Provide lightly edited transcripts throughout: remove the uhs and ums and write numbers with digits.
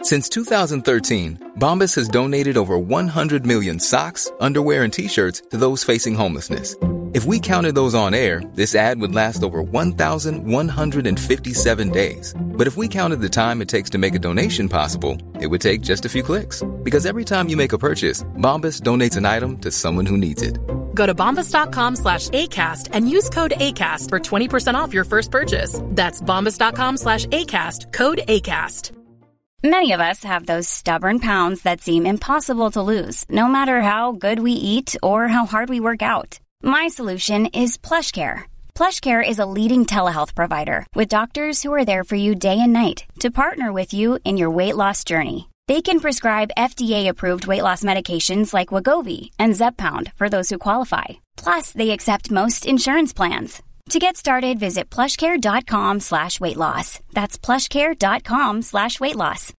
Since 2013, Bombas has donated over 100 million socks, underwear, and T-shirts to those facing homelessness. If we counted those on air, this ad would last over 1,157 days. But if we counted the time it takes to make a donation possible, it would take just a few clicks. Because every time you make a purchase, Bombas donates an item to someone who needs it. Go to bombas.com/ACAST and use code ACAST for 20% off your first purchase. That's bombas.com/ACAST, code ACAST. Many of us have those stubborn pounds that seem impossible to lose, no matter how good we eat or how hard we work out. My solution is PlushCare. PlushCare is a leading telehealth provider with doctors who are there for you day and night to partner with you in your weight loss journey. They can prescribe FDA-approved weight loss medications like Wegovy and Zepbound for those who qualify. Plus, they accept most insurance plans. To get started, visit plushcare.com/weightloss. That's plushcare.com/weightloss.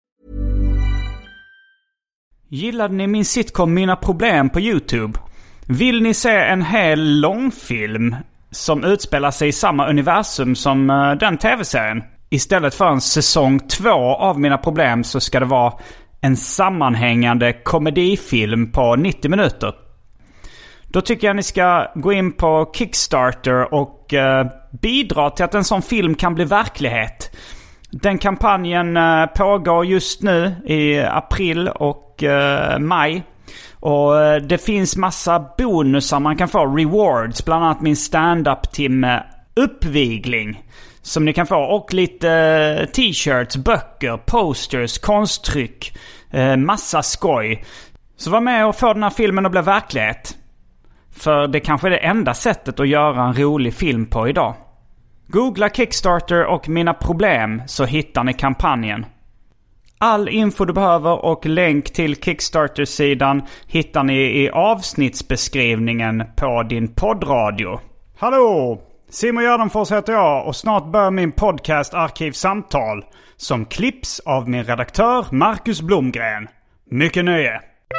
Gillade ni min sitcom Mina problem på YouTube? Vill ni se en hel långfilm som utspelar sig i samma universum som den tv-serien? Istället för en säsong 2 av Mina problem så ska det vara en sammanhängande komedifilm på 90 minuter. Då tycker jag ni ska gå in på Kickstarter och bidra till att en sån film kan bli verklighet. Den kampanjen pågår just nu i april och maj. Och det finns massa bonusar man kan få, rewards, bland annat min stand-up-timme Uppvigling som ni kan få, och lite t-shirts, böcker, posters, konsttryck, massa skoj. Så var med och få den här filmen att bli verklighet. För det kanske är det enda sättet att göra en rolig film på idag. Googla Kickstarter och Mina problem så hittar ni kampanjen. All info du behöver och länk till Kickstarter-sidan hittar ni i avsnittsbeskrivningen på din poddradio. Hallå! Simon Gärdenfors heter jag och snart börjar min podcast Arkivsamtal som klipps av min redaktör Marcus Blomgren. Mycket nöje!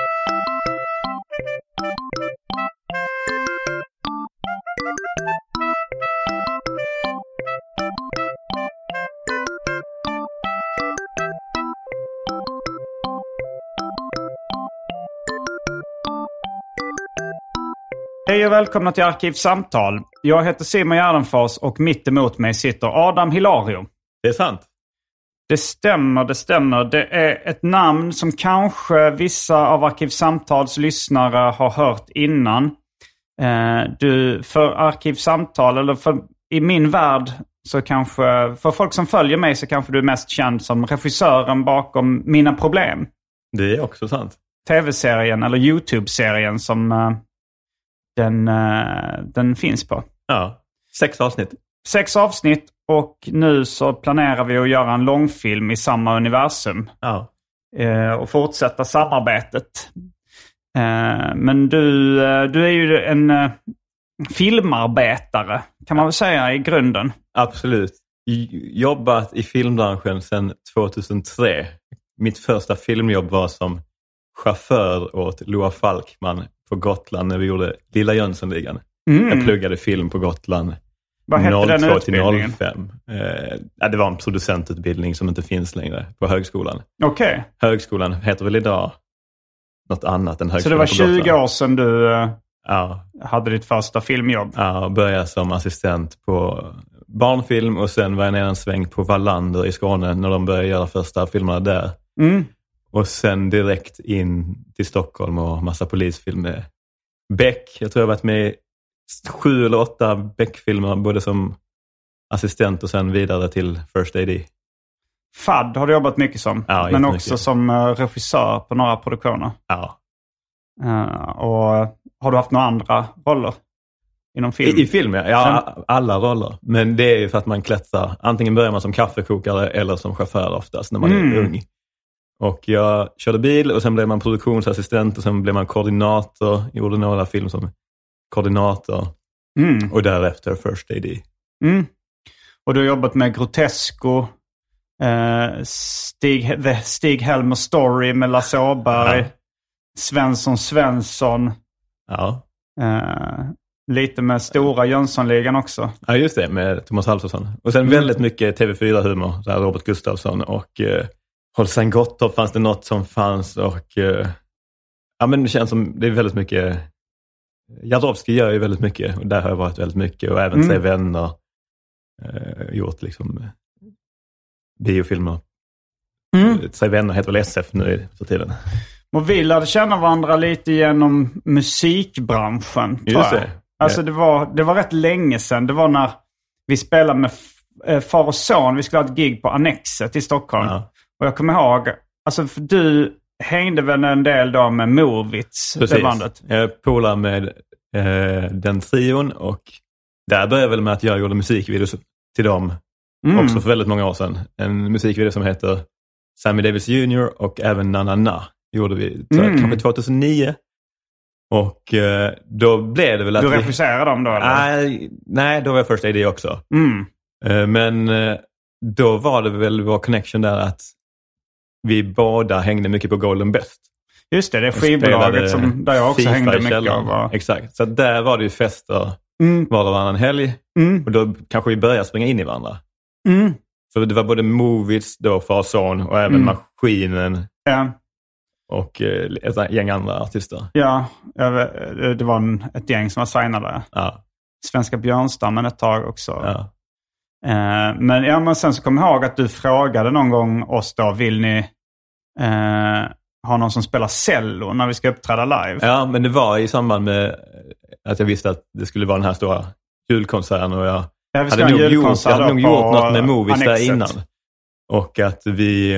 Hej och välkomna till Arkivsamtal. Jag heter Simon Gärdenfors och mitt emot mig sitter Adam Hilario. Det är sant. Det stämmer. Det är ett namn som kanske vissa av Arkivsamtals lyssnare har hört innan. För Arkivsamtal, eller i min värld så kanske, för folk som följer mig så kanske du är mest känd som regissören bakom Mina problem. Det är också sant. TV-serien eller YouTube-serien som den finns på. Ja, 6 avsnitt. 6 avsnitt och nu så planerar vi att göra en långfilm i samma universum. Ja. Och fortsätta samarbetet. Men du är ju en filmarbetare kan man väl säga i grunden. Absolut. Jobbat i filmbranschen sedan 2003. Mitt första filmjobb var som chaufför åt Loa Falkman på Gotland när vi gjorde Lilla Jönssonligan. Jag pluggade film på Gotland. Vad hette den 02 utbildningen? till 05. Det var en producentutbildning som inte finns längre på högskolan. Okej. Okay. Högskolan heter väl idag något annat än högskolan. Så det var 20 Gotland. år sedan du hade ditt första filmjobb? Ja, började som assistent på barnfilm och sen var jag nere en sväng på Wallander i Skåne när de började göra första filmerna där. Mm. Och sen direkt in till Stockholm och massa polisfilmer. Beck, jag tror jag har varit med i 7 eller 8 Beck-filmer både som assistent och sen vidare till First AD. FAD har du jobbat mycket som, ja, men också som regissör på några produktioner. Ja. Och har du haft några andra roller inom film? I film, ja. Alla roller. Men det är ju för att man klättrar. Antingen börjar man som kaffekokare eller som chaufför oftast när man är ung. Och jag körde bil och sen blev man produktionsassistent och sen blev man koordinator. Gjorde några film som koordinator. Och därefter First AD. Och du har jobbat med Grotesco, Stig Helmer Story med Lasse Åberg, Svensson. Ja. Lite med Stora Jönssonligan också. Ja, just det, med Thomas Halfsson. Och sen väldigt mycket TV4-humor. Där Robert Gustafsson och Holstein Gottorp fanns det något som fanns och ja, men det känns som det är väldigt mycket. Jadrowski gör ju väldigt mycket och där har jag varit väldigt mycket och även Se vänner, gjort liksom biofilmer. Se vänner heter väl SF nu för tiden. Och vi lärde känna varandra lite genom musikbranschen. Just det. Alltså det var rätt länge sedan. Det var när vi spelade med far och son. Vi skulle ha ett gig på Annexet i Stockholm. Ja. Och jag kommer ihåg, alltså för du hängde väl en del då med Movits, det bandet. Jag polade med den trion och där började väl med att jag gjorde musikvideos till dem också för väldigt många år sedan. En musikvideo som heter Sammy Davis Jr. och även Na Na Na gjorde vi kanske 2009. Och då blev det väl att du regisserade dem då? Eller? Nej, då var jag första idé också. Men då var det väl vår connection där att vi båda hängde mycket på Golden Best. Just det är skivbolaget där jag också hängde mycket av. Exakt, så där var det ju fester var och varannan helg. Och då kanske vi började springa in i varandra. För det var både Movies då, far och son och även Maskinen. Ja. Och ett gäng andra artister. Ja, det var ett gäng som var signade. Ja. Svenska Björnstammen ett tag också. Ja. Men sen så kom jag ihåg att du frågade någon gång oss då, vill ni ha någon som spelar cello när vi ska uppträda live? Ja, men det var i samband med att jag visste att det skulle vara den här stora julkonserten och jag hade nog gjort något med Movies där innan. Och att vi...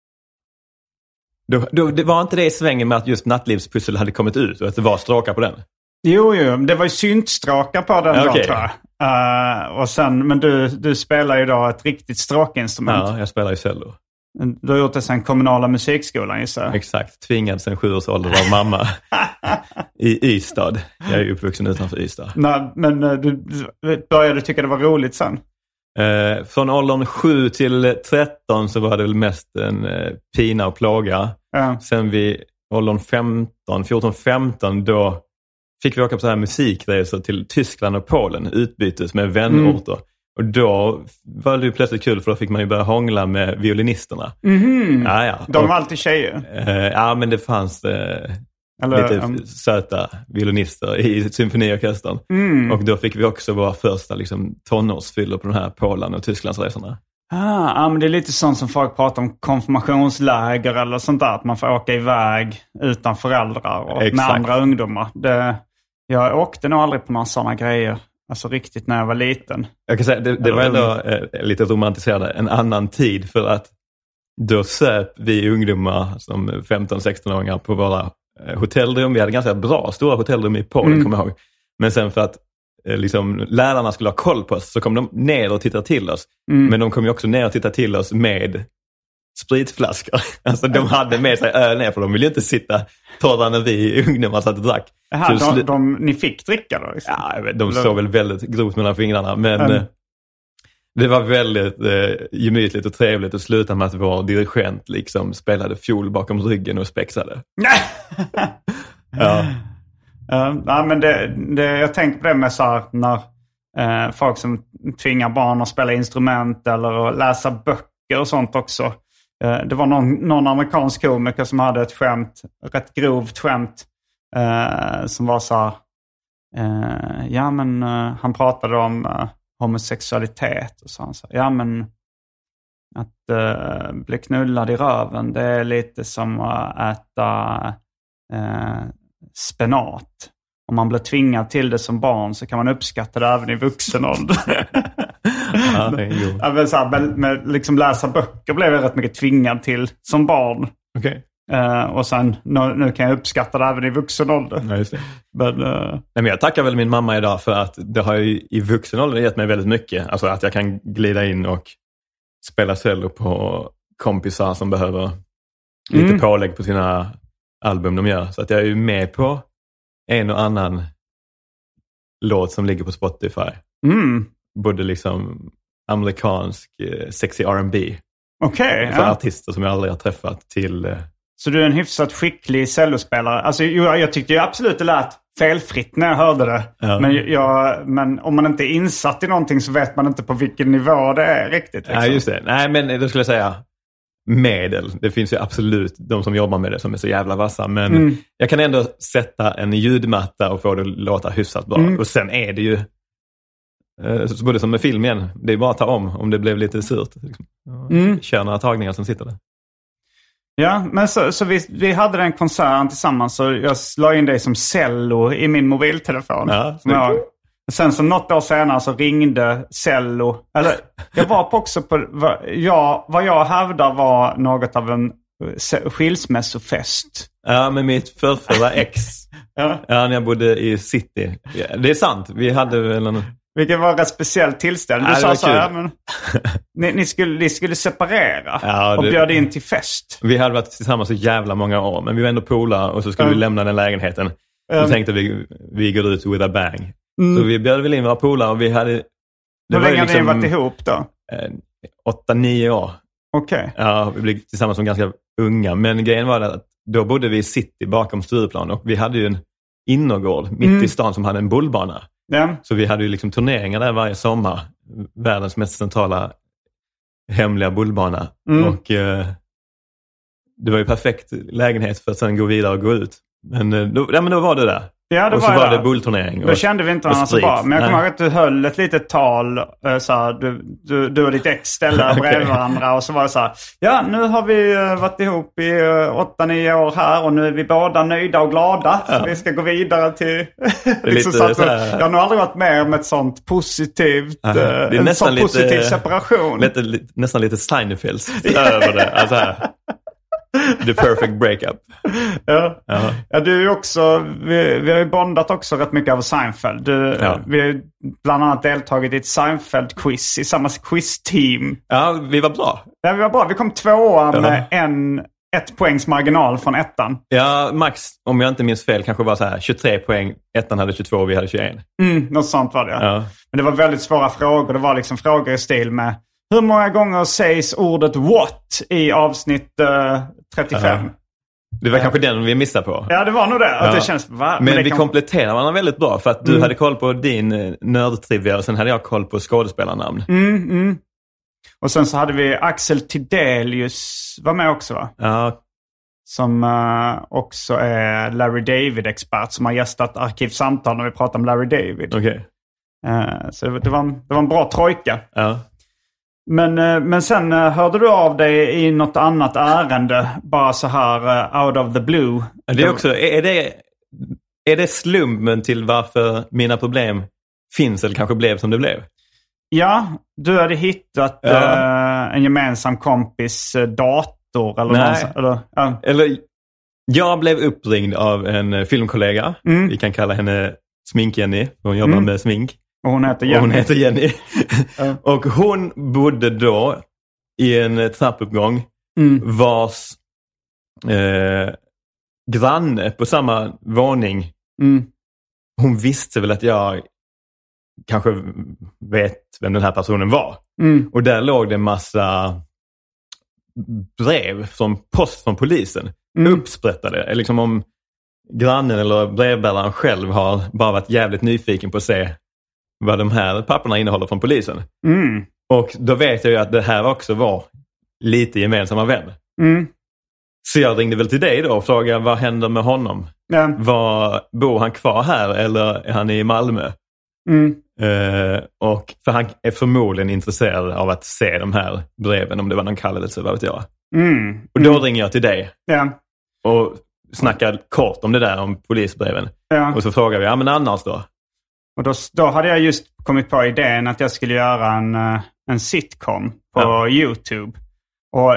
Det var inte det i svängen med att just Nattlivspussel hade kommit ut och att det var stråkar på den? Jo, det var ju syntstråkar på den då, tror jag. Och sen, men du spelar ju då ett riktigt stråkinstrument. Ja, jag spelar ju cello. Du har gjort det sen kommunala musikskolan, gissar jag. Exakt, tvingad sen 7 års ålder av mamma i Ystad. Jag är uppvuxen utanför Ystad. Men du började tycka det var roligt sen? Från åldern 7 till 13 så var det väl mest en pina och plåga. Sen vid åldern 14-15 då fick vi åka på så här musikresor till Tyskland och Polen, utbytes med vänorter. Och då var det ju plötsligt kul för då fick man ju börja hångla med violinisterna. Ja. De var alltid tjejer? Ja, men det fanns lite söta violinister i symfoniorkestern. Och då fick vi också våra första liksom, tonårsfyllor på de här Polen och Tysklandsresorna. Men det är lite sånt som folk pratar om konfirmationsläger eller sånt där. Att man får åka iväg utan föräldrar och med andra ungdomar. Jag åkte nog aldrig på några sådana grejer. Alltså riktigt när jag var liten. Jag kan säga, det var ändå lite romantiserande. En annan tid för att då söp vi ungdomar som 15-16-åringar på våra hotellrum. Vi hade ganska bra, stora hotellrum i Polen, kommer jag ihåg. Men sen för att liksom, lärarna skulle ha koll på oss så kom de ner och tittade till oss. Men de kom ju också ner och tittade till oss med spritflaskor. Alltså de hade med sig öl ner för de ville ju inte sitta torra när vi ungdomar satt och drack. Ni fick dricka då? Liksom. Ja, de såg väl väldigt grovt mellan fingrarna. Men det var väldigt gemytligt och trevligt att sluta med att vår dirigent liksom spelade fiol bakom ryggen och spexade. Men jag tänker på det med så här, när folk som tvingar barn att spela instrument eller att läsa böcker och sånt också. Det var någon amerikansk komiker som hade ett rätt grovt skämt som var så här, han pratade om homosexualitet och så han sa, att bli knullad i röven, det är lite som att äta spenat. Om man blir tvingad till det som barn så kan man uppskatta det även i vuxen ålder. Med liksom läsa böcker blev jag rätt mycket tvingad till som barn. Okay. Och sen nu kan jag uppskatta det även i vuxen ålder. Ja, just det. Men jag tackar väl min mamma idag för att det har ju i vuxen ålder gett mig väldigt mycket. Alltså att jag kan glida in och spela cello på kompisar som behöver lite pålägg på sina album de gör. Så att jag är ju med på en och annan låt som ligger på Spotify. Både liksom amerikansk sexy R&B. Okej. För artister som jag aldrig har träffat till... Så du är en hyfsat skicklig cellospelare. Alltså jag tyckte ju absolut det lät felfritt när jag hörde det. Ja. Men om man inte är insatt i någonting så vet man inte på vilken nivå det är riktigt. Liksom. Ja, just det. Nej, men då skulle jag säga medel. Det finns ju absolut de som jobbar med det som är så jävla vassa. Men jag kan ändå sätta en ljudmatta och få det att låta hyfsat bra. Och sen är det ju både som med film igen. Det är bara att ta om det blev lite surt. Liksom. Kör några tagningar som sitter där. Ja, men så vi hade den konserten tillsammans och jag la in dig som cello i min mobiltelefon. Ja, sen så något år senare så ringde cello. Eller jag var också på vad jag hävdar var något av en skilsmässofest. Ja, med mitt förra ex. Ja, när jag bodde i city. Ja, det är sant, vi hade väl en... Vilket var rätt speciell tillställning. Du sa så här, men ni skulle separera och bjöd in till fest. Vi hade varit tillsammans så jävla många år, men vi var ändå polare och så skulle vi lämna den lägenheten. Då tänkte vi går ut with a bang. Så vi bjöd väl in våra polare och vi hade... Hur länge hade ni varit ihop då? 8-9 år. Okej. Ja, vi blev tillsammans som ganska unga. Men grejen var att då bodde vi i city bakom Stureplan och vi hade ju en innergård mitt i stan som hade en bollbana. Ja. Så vi hade ju liksom turneringar där varje sommar. Världens mest centrala hemliga bollbana. Och det var ju perfekt lägenhet för att sen gå vidare och gå ut. Men då var det där. Ja, det och så var det bullturnering. Då kände vi inte varandra så bra. Men jag kommer ihåg att du höll ett litet tal. Så här, du och ditt ex ställde bredvid varandra. Och så var det så här. Ja, nu har vi varit ihop i 8-9 år här. Och nu är vi båda nöjda och glada. Så vi ska gå vidare till... liksom så jag har nog aldrig varit med om ett sånt positivt... det är en sån positiv separation. Nästan lite Seinfelds över det. Alltså här. The perfect breakup. Ja, du är ju också... Vi har ju bondat också rätt mycket över Seinfeld. Vi har bland annat deltagit i ett Seinfeld-quiz i samma quiz-team. Ja, vi var bra. Ja, vi var bra. Vi kom 2 med ett poängs marginal från ettan. Ja, max, om jag inte minns fel, kanske var så här 23 poäng. Ettan hade 22 och vi hade 21. Något sånt var det, ja. Men det var väldigt svåra frågor. Det var liksom frågor i stil med... Hur många gånger sägs ordet what i avsnitt 35? Det var kanske den vi missade på. Ja, det var nog det. Att det känns, men vi kompletterar varandra väldigt bra. För att du hade koll på din nördtrivia och sen hade jag koll på skådespelarnamn. Och sen så hade vi Axel Tidelius var med också, va? Ja. Som också är Larry David-expert som har gästat Arkivsamtal när vi pratar om Larry David. Okej. Så det var en bra trojka. Ja. Men sen hörde du av dig i något annat ärende, bara så här out of the blue. Det är också, är det slumpen till varför mina problem finns eller kanske blev som det blev? Ja, du hade hittat en gemensam kompis dator eller jag blev uppringd av en filmkollega. Vi kan kalla henne Smink-Jenny. Hon jobbar med smink. Och hon heter Jenny. Och hon bodde då i en trappuppgång vars granne på samma våning. Hon visste väl att jag kanske vet vem den här personen var. Och där låg det en massa brev som post från polisen. Uppsprättade. Liksom om grannen eller brevbäraren själv har bara varit jävligt nyfiken på att se vad de här papperna innehåller från polisen. Och då vet jag ju att det här också var lite gemensamma vän. Så jag ringde väl till dig då och frågade vad händer med honom? Bor han kvar här eller är han i Malmö? Och för han är förmodligen intresserad av att se de här breven om det var någon kallelse, vad vet jag. Och då ringer jag till dig och snackar kort om det där om polisbreven. Och så frågar vi, men annars då? Och då hade jag just kommit på idén att jag skulle göra en sitcom på YouTube. Och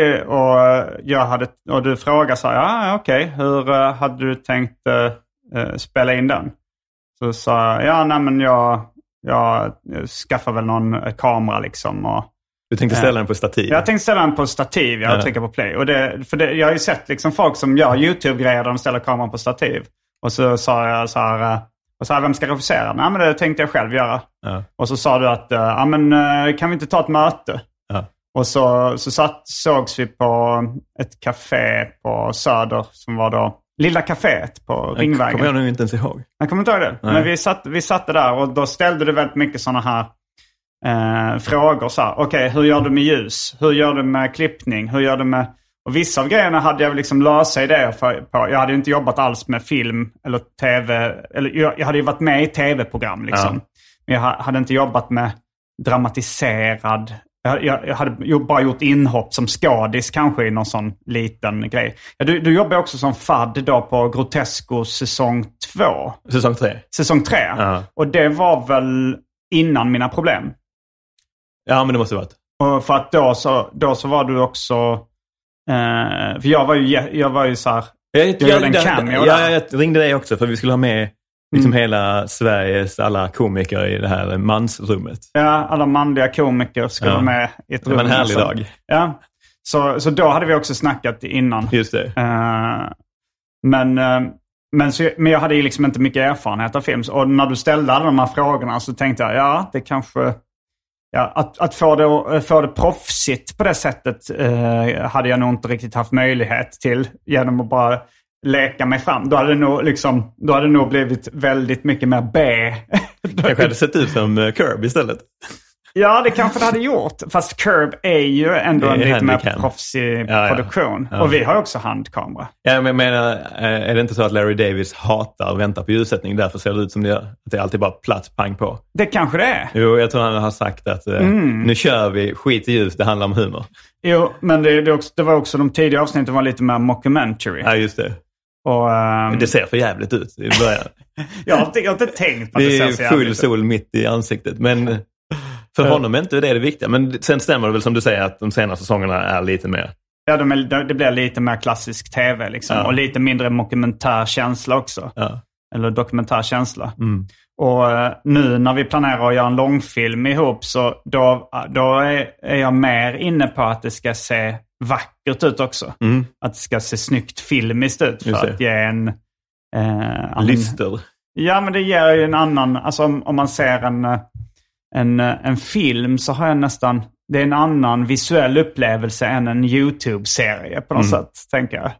du frågade så här, okej, hur hade du tänkt spela in den? Så sa jag, jag skaffar väl någon kamera liksom. Och, du tänkte ställa den på stativ? Jag tänkte ställa den på stativ, jag trycker på play. Och jag har ju sett liksom folk som gör YouTube-grejer där de ställer kameran på stativ. Och så sa jag så här... Och så här, vem ska regissera? Nej, men det tänkte jag själv göra. Och så sa du att, kan vi inte ta ett möte? Och så sågs vi på ett café på Söder som var då Lilla Caféet på Ringvägen. Kommer jag nog inte ens ihåg. Jag kommer inte ihåg det. Nej. Men vi satte där och då ställde du väldigt mycket sådana här frågor så här. Okej, hur gör du med ljus? Hur gör du med klippning? Hur gör du med... Och vissa av grejerna hade jag liksom lösa idéer på. Jag hade ju inte jobbat alls med film eller tv. Eller jag hade ju varit med i tv-program liksom. Ja. Men jag hade inte jobbat med dramatiserad... Jag hade bara gjort inhopp som skadis kanske i någon sån liten grej. Du jobbar också som fadd då på Grotesco säsong 2. Säsong 3. Säsong 3. Ja. Och det var väl innan Mina problem. Ja, men det måste ha varit. Och för att då så var du också... för jag var ju så här... Jag gjorde en cameo där. Jag ringde dig också för vi skulle ha med liksom hela Sveriges alla komiker i det här mansrummet. Ja, alla manliga komiker skulle vara med i ett rum. Det var en härlig dag. Ja, så då hade vi också snackat innan. Just det. Men jag hade ju liksom inte mycket erfarenhet av film. Och när du ställde alla de här frågorna så tänkte jag, det kanske... Ja, att få det proffsigt på det sättet hade jag nog inte riktigt haft möjlighet till genom att bara leka mig fram. Då hade det nog blivit väldigt mycket mer B. Kanske hade sett ut som Curb istället. Ja, det kanske det hade gjort. Fast Curb är ju ändå en lite mer proffsig produktion. Ja. Och vi har också handkamera. Ja, men är det inte så att Larry Davis hatar att vänta på ljussättning? Därför ser det ut som det gör. Att det är alltid bara platt pang på. Det kanske det är. Jo, jag tror han har sagt att nu kör vi, skit i ljus, det handlar om humor. Jo, men det var också de tidiga avsnitten var lite mer mockumentary. Ja, just det. Och, det ser för jävligt ut i början. jag har inte tänkt på att det ser så jävligt ut. Det är full sol mitt i ansiktet, men... För honom är inte det viktiga. Men sen stämmer det väl som du säger att de senaste säsongerna är lite mer... Ja, det blir lite mer klassisk tv liksom. Ja. Och lite mindre mockumentär känsla också. Ja. Eller dokumentär känsla. Mm. Och nu när vi planerar att göra en långfilm ihop så då är jag mer inne på att det ska se vackert ut också. Mm. Att det ska se snyggt filmiskt ut för att ge en... Lyster. Ja, men det ger ju en annan... Alltså om man ser en film så har jag nästan... Det är en annan visuell upplevelse än en YouTube-serie på något sätt, tänker jag.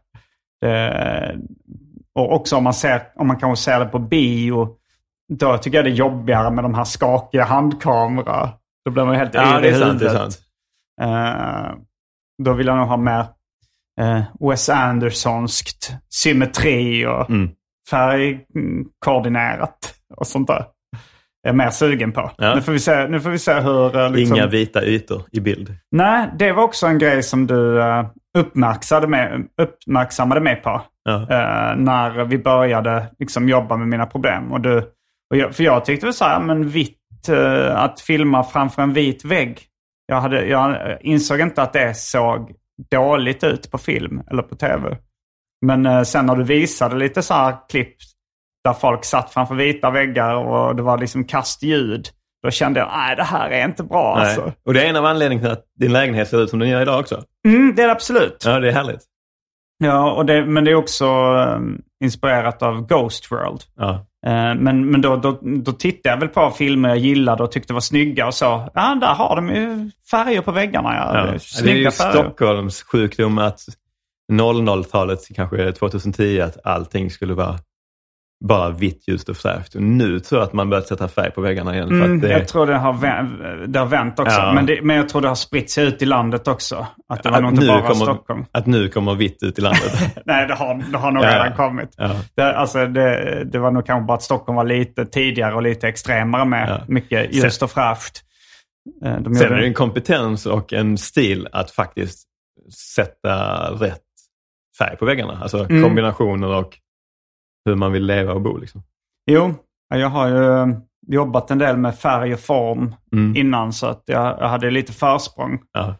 Och också om man kanske ser det på bio, då tycker jag det är jobbigare med de här skakiga handkamera. Då blir man helt yr i huvudet. Det är sant. Då vill jag nog ha mer Wes Andersonskt symmetri och färgkoordinerat och sånt där. Jag är mer sugen på. Ja. Nu får vi se hur... Liksom... Inga vita ytor i bild. Nej, det var också en grej som du uppmärksammade mig på. Ja. När vi började liksom jobba med Mina problem. För jag tyckte väl så här, men vitt, att filma framför en vit vägg. Jag insåg inte att det såg dåligt ut på film eller på tv. Men sen när du visade lite så här klipp där folk satt framför vita väggar och det var liksom kastljud. Då kände jag, nej, det här är inte bra. Alltså. Och det är en av anledningarna till att din lägenhet ser ut som den gör idag också. Det är det absolut. Ja, det är härligt. Ja, men det är också inspirerat av Ghost World. Ja. Men då tittade jag väl på filmer jag gillade och tyckte var snygga och så. Ja, där har de ju färger på väggarna. Ja. Det är ju Stockholms sjukdom att 00-talet, kanske 2010, att allting skulle vara bara vitt, ljust och färgt. Och nu tror jag att man börjat sätta färg på väggarna igen. För att jag tror det har vänt också. Ja. Men jag tror det har spritt sig ut i landet också. Att det var nog inte bara Stockholm. Att nu kommer vitt ut i landet. Nej, det har nog redan kommit. Ja. Det var nog kanske bara att Stockholm var lite tidigare och lite extremare med mycket ljust och fräscht. Sen är det en kompetens och en stil att faktiskt sätta rätt färg på väggarna. Alltså kombinationer och hur man vill leva och bo liksom. Jo, jag har ju jobbat en del med färg och form innan så att jag hade lite försprång. Ja.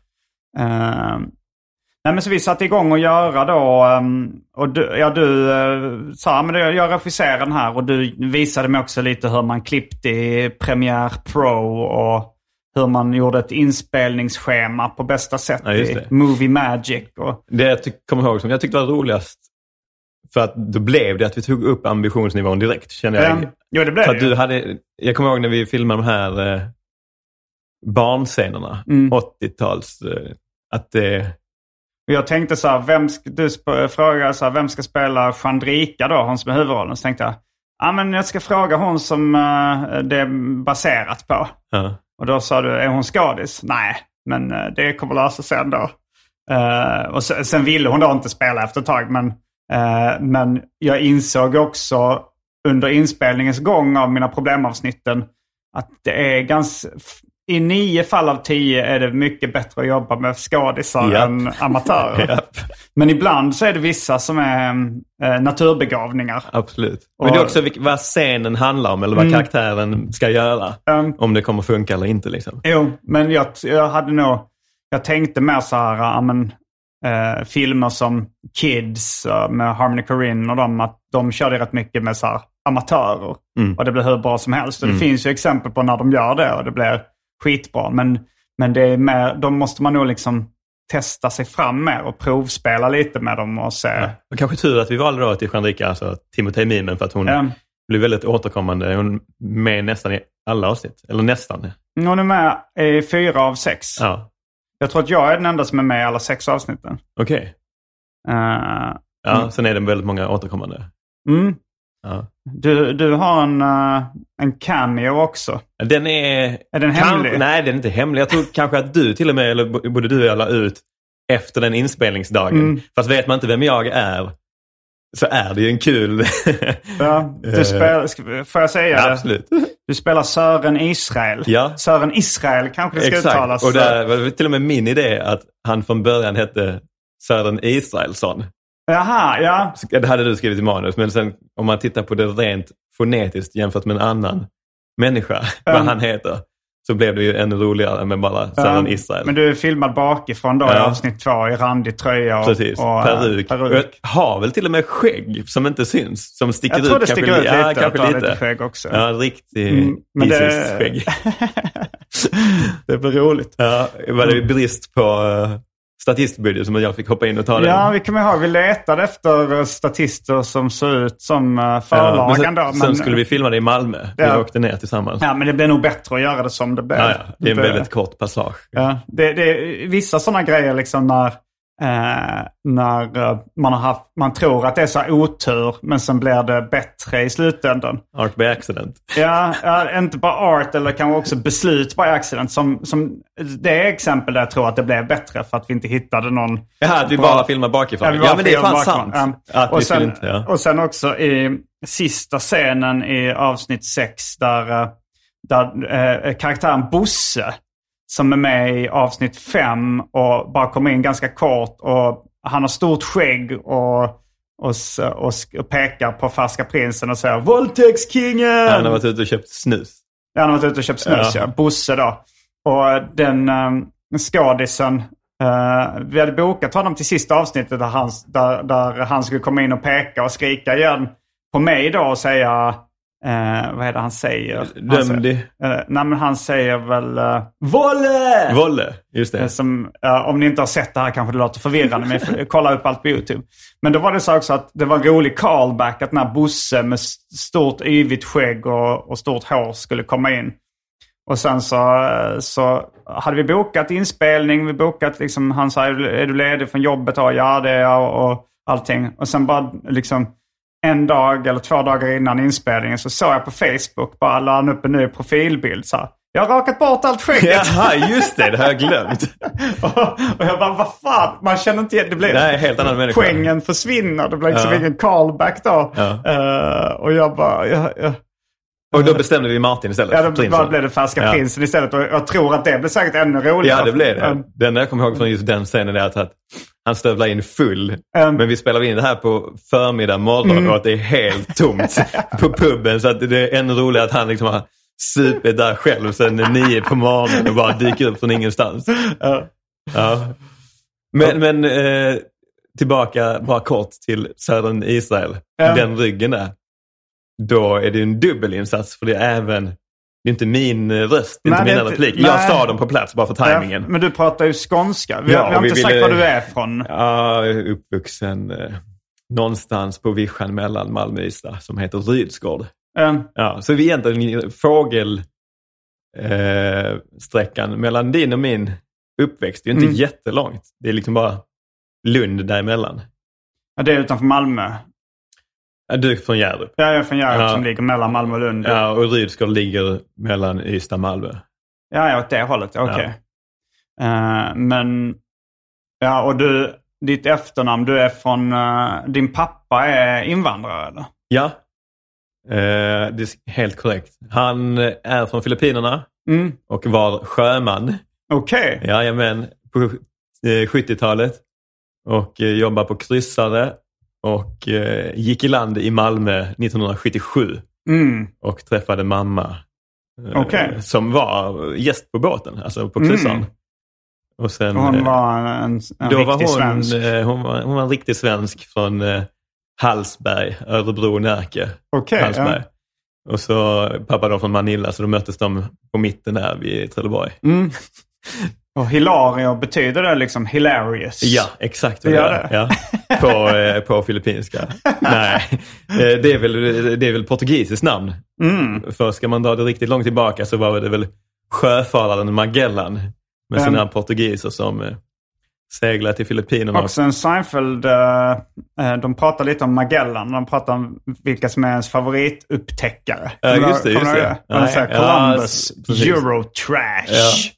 Nej, men så vi satte igång och göra då och du sa men jag regisserar den här och du visade mig också lite hur man klippte i Premiere Pro och hur man gjorde ett inspelningsschema på bästa sätt i Movie Magic. Och... Det jag kommer ihåg som jag tyckte var roligast. För att då blev det att vi tog upp ambitionsnivån direkt, känner jag. Ja, det blev för att jag kommer ihåg när vi filmade de här barnscenerna, 80-tals, att det... Jag tänkte så här, du frågade så här, vem ska spela Chandrika då, hon som är huvudrollen. Så tänkte jag, men jag ska fråga hon som det är baserat på. Ja. Och då sa du, är hon skadis? Nej, men det kommer lösa sig ändå. Och sen ville hon då inte spela efter ett tag. Men jag insåg också under inspelningens gång av mina problemavsnitten att det är i 9 fall av 10 är det mycket bättre att jobba med skadisar än amatörer. Men ibland så är det vissa som är naturbegåvningar. Absolut. Men det är också vad scenen handlar om eller vad karaktären ska göra. Om det kommer funka eller inte liksom. Jo, men jag tänkte mer så här, filmer som Kids med Harmony Korine och att de körde rätt mycket med så här amatörer. Och det blir hur bra som helst. Och det finns ju exempel på när de gör det och det blir skitbra. Men det är mer, då måste man nog liksom testa sig fram mer och provspela lite med dem och se. Ja. Och kanske tur att vi valde då till Jean-Rika, alltså Timotej Mimen, för att hon blir väldigt återkommande. Hon är med nästan i alla avsnitt. Eller nästan. Hon är med i 4 av 6. Ja. Jag tror att jag är den enda som är med i alla 6 avsnitten. Okej. Sen är det väldigt många återkommande. Ja. Du har en cameo också. Den är den hemlig? Nej, den är inte hemlig. Jag tror kanske att du till och med, eller både du och jag la ut efter den inspelningsdagen. Fast vet man inte vem jag är, så är det ju en kul... får jag säga det? Absolut. Du spelar Sören Israel. Ja. Sören Israel kanske det ska uttalas. Och där var det till och med min idé att han från början hette Sören Israelsson. Jaha, ja. Det hade du skrivit i manus. Men sen om man tittar på det rent fonetiskt jämfört med en annan människa, vad han heter, så blev det ju ännu roligare med bara Sören Israel. Men du är filmad bakifrån då i avsnitt 2 i randig tröja och peruk. Jag har väl till och med skägg som inte syns, som sticker ut. Jag tror det sticker ut lite. Kanske lite skägg också. Ja, riktigt Isis-skägg. Det blir roligt. Ja, var det brist på statistbudget som jag fick hoppa in och ta den? Ja, vi kommer ihåg. Vi letade efter statister som såg ut som förlagen då. Sen skulle vi filma det i Malmö. Vi åkte ner tillsammans. Ja, men det blev nog bättre att göra det som det blev. Ja. Det är en väldigt kort passage. Ja, det är vissa sådana grejer liksom när man tror att det är så otur, men sen blir det bättre i slutändan. Art by accident. Ja, inte bara art eller kanske också beslut by accident. Som det är exempel där jag tror att det blev bättre för att vi inte hittade någon... Ja, att vi bara filmar bakifrån. Ja, men det är fan sant. Och sen också i sista scenen i avsnitt 6 där karaktären Bosse, som är med i avsnitt 5 och bara kommer in ganska kort, och han har stort skägg och pekar på Färska prinsen och säger våldtäktskingen! Han har varit ute och köpt snus. Ja, han har varit ute och köpt snus, ja. Bosse då. Och den skadisen, vi hade bokat honom till sista avsnittet där han skulle komma in och peka och skrika igen på mig då och säga... vad är det han säger? Dömdig. Nej, men han säger väl Volle, just det. Om ni inte har sett det här kanske det låter förvirrande, men kolla upp allt på YouTube. Men då var det så också att det var en rolig callback att när Bosse med stort yvigt skägg och stort hår skulle komma in. Och sen så hade vi bokat inspelning, vi bokat liksom, han sa, är du ledig från jobbet? Ja, det är jag, och allting. Och sen bara liksom en dag eller 2 dagar innan inspelningen så såg jag på Facebook, bara la han upp en ny profilbild så här. Jag har rakat bort allt skägget. Jaha, just det har jag glömt. och jag bara, vad fan, man känner inte igen, det blir helt annan människa. Poängen försvinner, det blir liksom ingen callback då. Och jag bara, Och då bestämde vi Martin istället. Ja, då blev det Färska prinsen istället. Och jag tror att det blev säkert ännu roligare. Ja, det blev det. Den jag kommer ihåg från just den scenen är att han stövlar in full. Men vi spelar in det här på förmiddag morgon och att det är helt tomt på puben. Så att det är ännu roligare att han liksom har supit där själv sen 9 på morgonen och bara dyker upp från ingenstans. Ja. Men tillbaka bara kort till Sören Israel. Den ryggen där. Då är det en dubbelinsats, för det är inte min röst, inte mina repliker. Jag sa dem på plats bara för tajmingen. Men du pratar ju skånska. Vi har inte sagt var du är från. Ja, jag är uppvuxen någonstans på vischan mellan Malmö och Ystad som heter Rydsgård. Ja, så vi egentligen fågelsträckan mellan din och min uppväxt är ju inte jättelångt. Det är liksom bara Lund däremellan. Ja, det är utanför Malmö. Du är från Hjärup. Ja, jag är från Hjärup som ligger mellan Malmö och Lund. Ja, och Rydsgård ligger mellan Ystad och Malmö. Ja, åt det hållet. Okej. Men... Ja, och ditt efternamn, du är från... din pappa är invandrare, eller? Ja, det är helt korrekt. Han är från Filippinerna och var sjöman. Okej. Jajamän, på 70-talet. Och jobbade på kryssare. Och gick i land i Malmö 1977. Och träffade mamma. Som var gäst på båten, alltså på kryssaren. Och sen, hon var en riktig svensk. Hon var en riktig svensk från Hallsberg, Örebro, Närke. Hallsberg. Och så pappa då från Manila, så då möttes de på mitten där vid Trelleborg. Och hilario, betyder det liksom hilarious? Ja, exakt. Det gör det. Ja. På filippinska. Nej, det är väl portugisiskt namn. För ska man dra det riktigt långt tillbaka så var det väl sjöfararen Magellan med sina portugiser som seglar till Filippinerna. Också en Seinfeld, de pratar lite om Magellan. De pratar om vilka som är ens favoritupptäckare. Just det. Columbus, Eurotrash.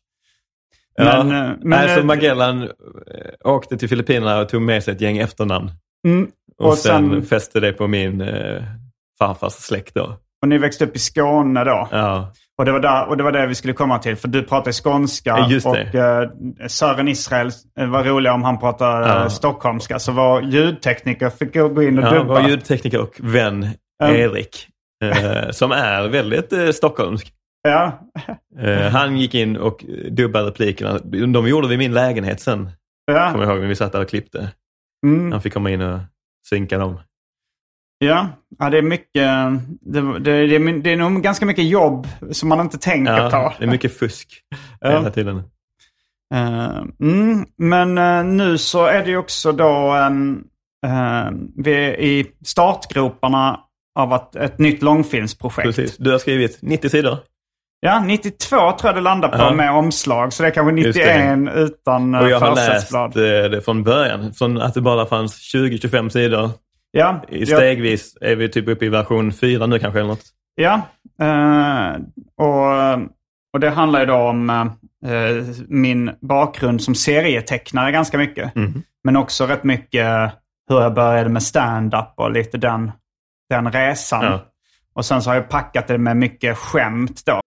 Så Magellan åkte till Filippinerna och tog med sig ett gäng efternamn. Och sen fäste det på min farfars släkt då. Och ni växte upp i Skåne då. Ja. Och det var det vi skulle komma till. För du pratar skånska och Sören Israel var rolig om han pratade stockholmska. Så vår ljudtekniker fick gå in och dubba. Vår ljudtekniker och vän Erik som är väldigt stockholmsk. Ja. Han gick in och dubbade replikerna. De gjorde vi i min lägenhet sen. Kommer jag ihåg när vi satt där och klippte. Han fick komma in och synka dem. Ja, det är mycket. Det är nog ganska mycket jobb som man inte tänker på. Det är mycket fusk hela tiden. Men nu så är det ju också då vi är i startgroparna av ett nytt långfilmsprojekt. Precis, du har skrivit 90 sidor. Ja, 92 tror jag det landar på med omslag. Så det är kanske 91 utan och jag har försättsblad. läst det från början. Från att det bara fanns 20-25 sidor. Ja. Stegvis är vi typ uppe i version 4 nu kanske eller något. Ja, och det handlar ju då om min bakgrund som serietecknare ganska mycket. Men också rätt mycket hur jag började med stand-up och lite den resan. Ja. Och sen så har jag packat det med mycket skämt då.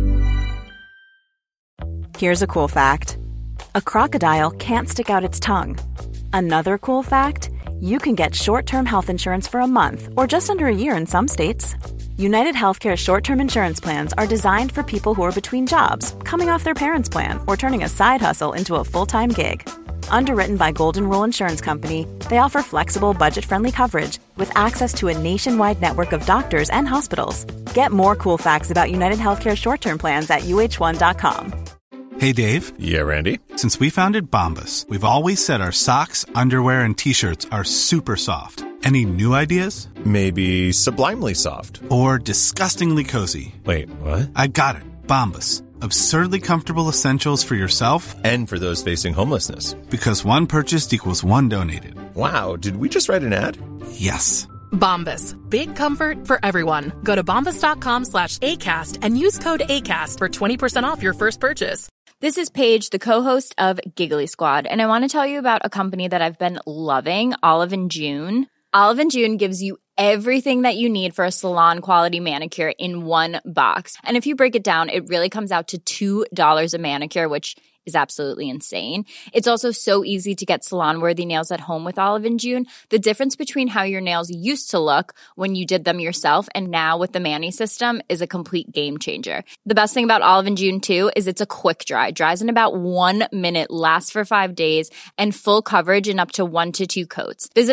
Here's a cool fact. A crocodile can't stick out its tongue. Another cool fact, you can get short-term health insurance for a month or just under a year in some states. United Healthcare short-term insurance plans are designed for people who are between jobs, coming off their parents' plan, or turning a side hustle into a full-time gig. Underwritten by Golden Rule Insurance Company, they offer flexible, budget-friendly coverage with access to a nationwide network of doctors and hospitals. Get more cool facts about United Healthcare short-term plans at uh1.com. Hey, Dave. Yeah, Randy. Since we founded Bombas, we've always said our socks, underwear, and T-shirts are super soft. Any new ideas? Maybe sublimely soft. Or disgustingly cozy. Wait, what? I got it. Bombas. Absurdly comfortable essentials for yourself and for those facing homelessness. Because one purchased equals one donated. Wow, did we just write an ad? Yes. Bombas. Big comfort for everyone. Go to bombas.com/ACAST and use code ACAST for 20% off your first purchase. This is Paige, the co-host of Giggly Squad, and I want to tell you about a company that I've been loving, Olive & June. Olive & June gives you everything that you need for a salon-quality manicure in one box. And if you break it down, it really comes out to $2 a manicure, which is absolutely insane. It's also so easy to get salon-worthy nails at home with Olive & June. The difference between how your nails used to look when you did them yourself and now with the Mani system is a complete game changer. The best thing about Olive & June, too, is it's a quick dry. Dries in about 1 minute, lasts for 5 days, and full coverage in up to 1 to 2 coats. Visit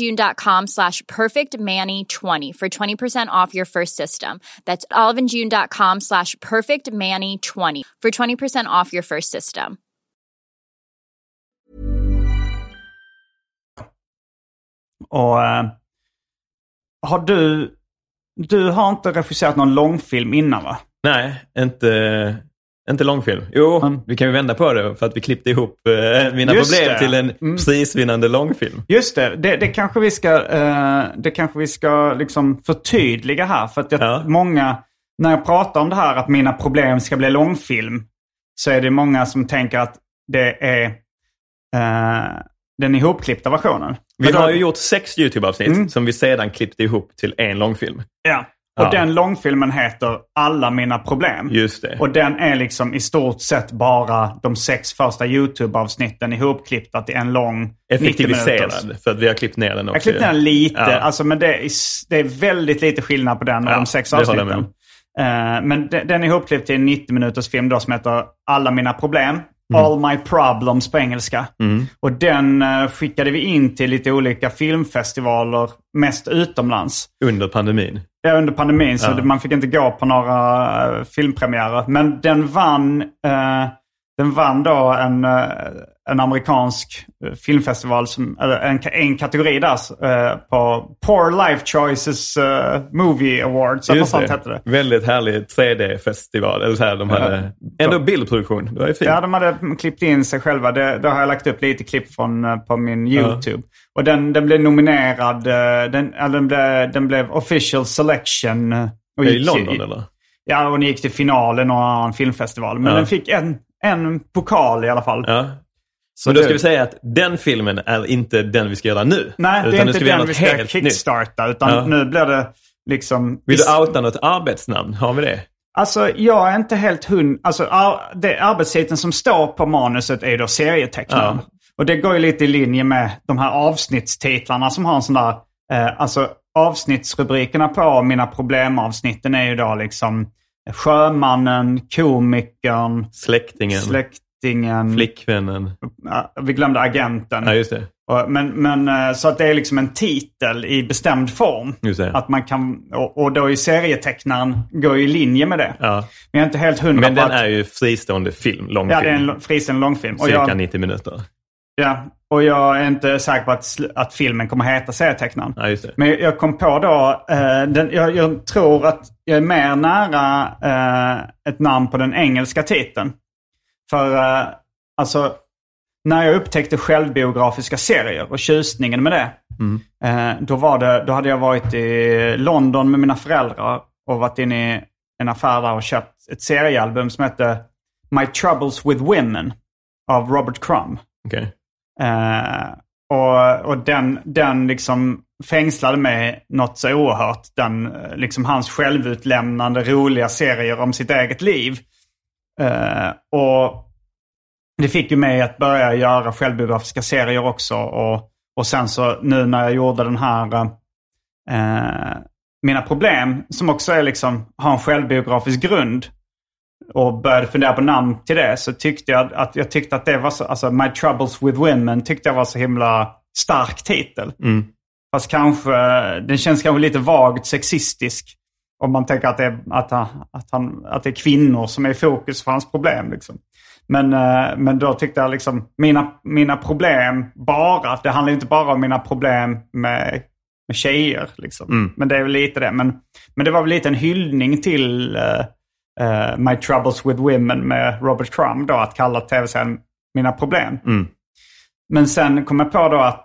oliveandjune.com/perfectmani20 for 20% off your first system. That's oliveandjune.com/perfectmani20 for 20% off your first system. Och har du har inte regisserat någon långfilm innan, va? Nej, inte långfilm. Jo, vi kan ju vända på det för att vi klippte ihop mina problem till en prisvinnande långfilm. Just det. Det kanske vi ska liksom förtydliga här för att många, när jag pratar om det här att mina problem ska bli långfilm, så är det många som tänker att det är den ihopklippta versionen. Vi har ju gjort 6 YouTube-avsnitt som vi sedan klippte ihop till en långfilm. Ja, och den långfilmen heter Alla mina problem. Just det. Och den är liksom i stort sett bara de 6 första YouTube-avsnitten ihopklippta till en lång effektiviserad, för att vi har klippt ner den också. Jag klippt ner den lite, alltså, men det är väldigt lite skillnad på den och de 6 avsnitten. Men den är ihopklippt till en 90 minuters film då som heter Alla mina problem. All My Problems på engelska. Och den skickade vi in till lite olika filmfestivaler, mest utomlands. Under pandemin? Ja, under pandemin. Så man fick inte gå på några filmpremiärer. Men den vann då en amerikansk filmfestival, en kategori där på Poor Life Choices Movie Awards. Eller sånt hette det. Väldigt härlig 3D-festival. Eller så här, de hade ändå bildproduktion. Det var ju fint. Ja, de hade klippt in sig själva. Det har jag lagt upp lite klipp på min YouTube. Och den blev nominerad. Den blev official selection. Och i London eller? Ja, och den gick till finalen och en annan filmfestival. Men den fick en pokal i alla fall. Ja. Så då ska vi säga att den filmen är inte den vi ska göra nu. Nej, det är inte den vi ska kickstarta. Utan nu blir det liksom... Vill du outa något arbetsnamn? Har vi det? Alltså, jag är inte helt det arbetstiteln som står på manuset är då serietecknaren. Ja. Och det går ju lite i linje med de här avsnittstitlarna som har en sån där... alltså, avsnittsrubrikerna på mina problemavsnitten är ju då liksom... Sjömannen, komikern, släktingen, flickvännen. Vi glömde agenten. Ja, just det. Men så att det är liksom en titel i bestämd form. Just det. Att man kan, och då är serietecknaren går i linje med det. Ja. Men jag är inte helt 100%. Men den är ju fristående film, långfilm. Ja, det är en fristående långfilm. Cirka 90 minuter. Ja, och jag är inte säker på att filmen kommer heta serietecknaren. Ja, just det. Men jag kom på då, jag tror att jag är mer nära ett namn på den engelska titeln. För alltså, när jag upptäckte självbiografiska serier och tjusningen med det, då hade jag varit i London med mina föräldrar och varit inne i en affär där och köpt ett seriealbum som heter My Troubles with Women av Robert Crumb. Okay. Och den liksom fängslade mig något så oerhört. Den, liksom hans självutlämnande roliga serier om sitt eget liv. Och det fick ju mig att börja göra självbiografiska serier också. Och sen så nu när jag gjorde den här Mina problem, som också är liksom, har en självbiografisk grund, och började fundera på namn till det, så tyckte jag att det var så, alltså My Troubles with Women tyckte jag var så himla stark titel. Fast kanske, den känns kanske lite vagt sexistisk om man tänker att det är kvinnor som är i fokus för hans problem liksom. Men då tyckte jag liksom mina problem bara, det handlar inte bara om mina problem med tjejer liksom. Men det är väl lite det, men det var väl lite en hyllning till My Troubles with Women med Robert Crumb då, att kalla tv-serien Mina problem. Men sen kom jag på då att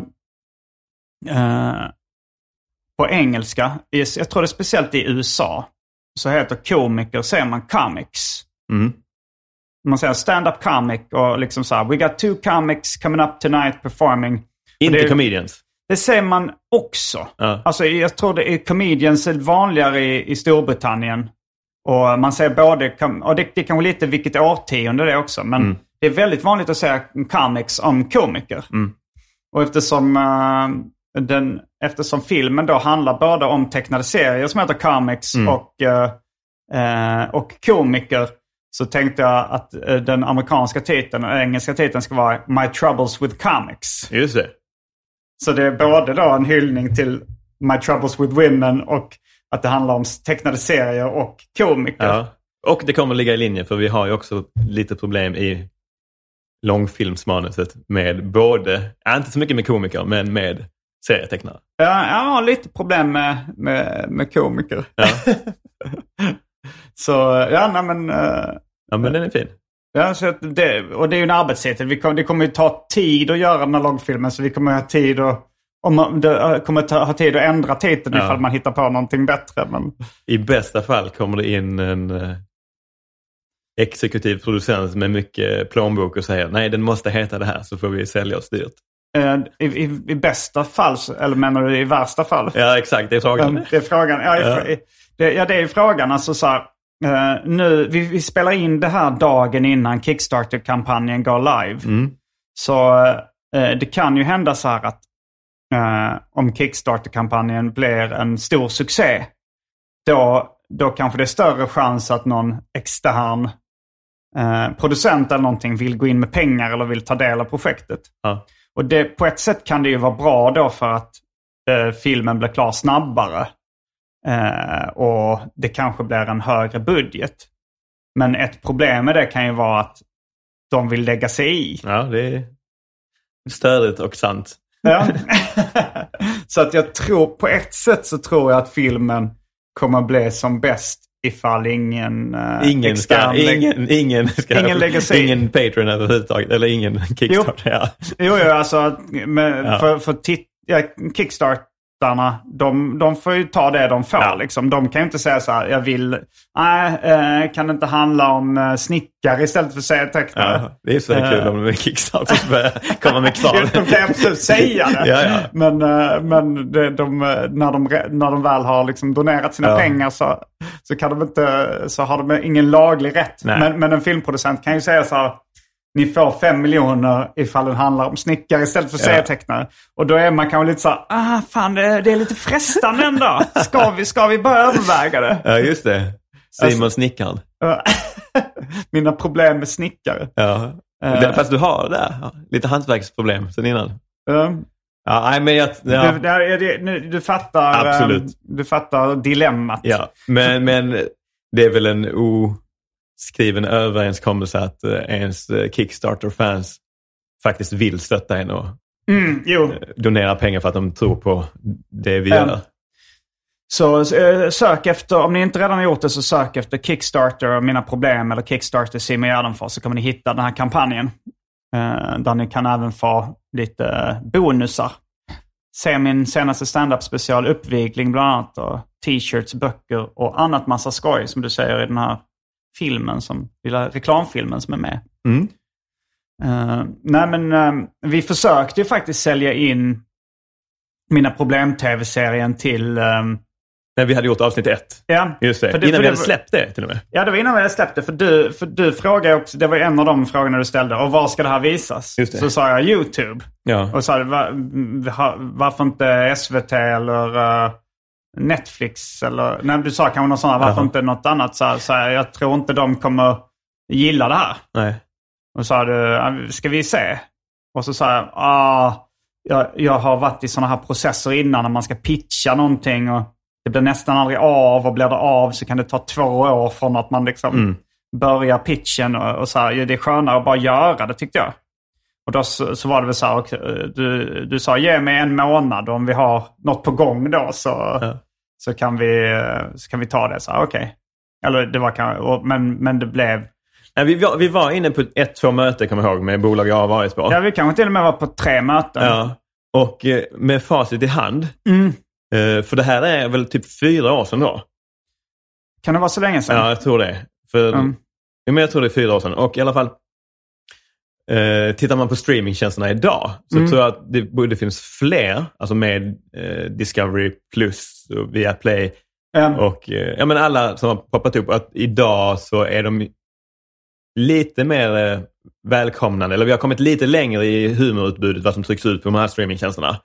på engelska, jag tror det är speciellt i USA, så heter komiker, säger man comics. Man säger stand-up comic och liksom så här, we got 2 comics coming up tonight performing. Inte comedians. Det säger man också. Alltså jag tror det är comedians är vanligare i Storbritannien. Och man säger både, och det kan vara lite vilket årtionde det är också, men det är väldigt vanligt att säga comics om komiker. Och eftersom filmen då handlar både om tecknade serier som heter comics och komiker, så tänkte jag att den amerikanska titeln och engelska titeln ska vara My Troubles with Comics. Just det. Så det är både då en hyllning till My Troubles with Women och att det handlar om tecknade serier och komiker. Ja. Och det kommer ligga i linje, för vi har ju också lite problem i långfilmsmanuset med både, inte så mycket med komiker, men med serietecknare. Ja, jag har lite problem med komiker. Ja. Så, ja, men den är fin. Ja, så och det är ju en arbetstitel. Det kommer ju ta tid att göra den här långfilmen, så vi kommer ha tid ha tid att ändra titeln ifall man hittar på någonting bättre. Men... I bästa fall kommer det in exekutiv producent med mycket plånbok och säger nej, den måste heta det här så får vi sälja oss dyrt. I bästa fall, eller menar du i värsta fall? Ja, exakt, det är frågan. Det är frågan. Det är frågan. Alltså så här, nu, vi spelar in det här dagen innan Kickstarter-kampanjen går live. Så det kan ju hända så här att om Kickstarter-kampanjen blir en stor succé, då kanske det är större chans att någon extern producent eller någonting vill gå in med pengar eller vill ta del av projektet. Ja. Och det, på ett sätt kan det ju vara bra då för att filmen blir klar snabbare. Och det kanske blir en högre budget. Men ett problem med det kan ju vara att de vill lägga sig i. Ja, det är störigt och sant. Ja. Så att jag tror, på ett sätt så tror jag att filmen kommer bli som bäst ifall ingen lägger sig. Ingen Patreon överhuvudtaget, eller ingen Kickstarter. Jo, alltså Kickstartarna, de får ju ta det de får. Ja. Liksom. De kan ju inte säga så här, kan det inte handla om snickare istället för serietecknare? Ja, det är så kul om de är Kickstarter börjar komma med krav. De kan absolut säga det. Ja. Men när de väl har liksom donerat sina pengar så kan de inte, så har de ingen laglig rätt. Men en filmproducent kan ju säga så här: ni får 5 miljoner ifall den handlar om snickare istället för serietecknare. Och då är man kanske lite så här, fan det är lite frestande ändå. Ska vi börja överväga det? Ja, just det. Simon snickaren. Mina problem med snickare. Ja. Fast du har det där. Lite hantverksproblem sen innan. Du fattar. Absolut. Du fattar dilemmat. Ja, men det är väl en skriven överenskommelse att ens Kickstarter-fans faktiskt vill stötta en och donera pengar för att de tror på det vi gör. Så sök efter, om ni inte redan har gjort det, så sök efter Kickstarter Mina Problem eller Kickstarter Simon Gärdenfors, så kommer ni hitta den här kampanjen. Där ni kan även få lite bonusar. Se min senaste stand-up special Uppvigling bland annat, och t-shirts, böcker och annat massa skoj som du säger i den här filmen, reklamfilmen som är med. Vi försökte ju faktiskt sälja in Mina Problem-tv-serien till... när vi hade gjort avsnitt 1. Ja. Just det. Innan vi hade släppt det till och med. Ja, det var innan vi hade släppt det. För du frågade också, det var en av de frågorna du ställde. Och var ska det här visas? Just det. Så sa jag YouTube. Ja. Och sa varför inte SVT eller Netflix? Eller, nej, du sa kanske något sånt. Varför inte något annat? Så jag tror inte de kommer gilla det här. Nej. Och sa du, ska vi se? Och så sa jag har varit i såna här processer innan när man ska pitcha någonting och det blir nästan aldrig av, och blir det av så kan det ta 2 år från att man liksom börjar pitchen och så här, det är skönare att bara göra det, tyckte jag. Och då så var det väl så här, du sa ge mig 1 månad, om vi har något på gång då så kan vi ta det. Så okej. Eller det var men det blev... Vi var inne på 1-2 möten, kommer jag ihåg, med bolag jag har varit på. Ja, vi kanske till och med var på 3 möten. Ja, och med facit i hand. För det här är väl typ 4 år sedan då. Kan det vara så länge sedan? Ja, jag tror det. Men jag tror det är 4 år sedan. Och i alla fall, tittar man på streamingtjänsterna idag så tror jag att det finns fler, alltså med Discovery Plus och Viaplay och alla som har poppat upp, att idag så är de lite mer välkomnande, eller vi har kommit lite längre i humorutbudet, vad som trycks ut på de här streamingtjänsterna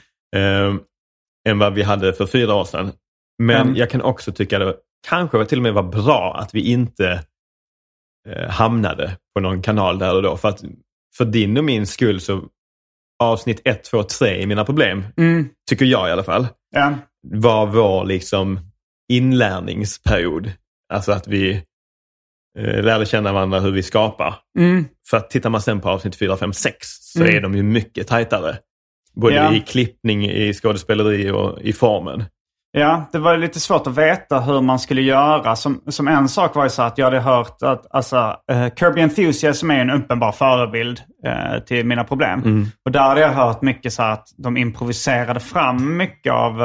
än vad vi hade för 4 år sedan. Men jag kan också tycka det kanske till och med var bra att vi inte hamnade på någon kanal där och då. För att för din och min skull så avsnitt 1, 2, 3 i Mina Problem, tycker jag i alla fall, var vår liksom inlärningsperiod. Alltså att vi lärde känna varandra, hur vi skapar. För att tittar man sen på avsnitt 4, 5, 6 så är de ju mycket tajtare. Både i klippning, i skådespeleri och i formen. Ja, det var lite svårt att veta hur man skulle göra. Som en sak var ju så att jag hade hört att Curb Enthusiasm är en uppenbar förebild till Mina Problem. Och där hade jag hört mycket så att de improviserade fram mycket av...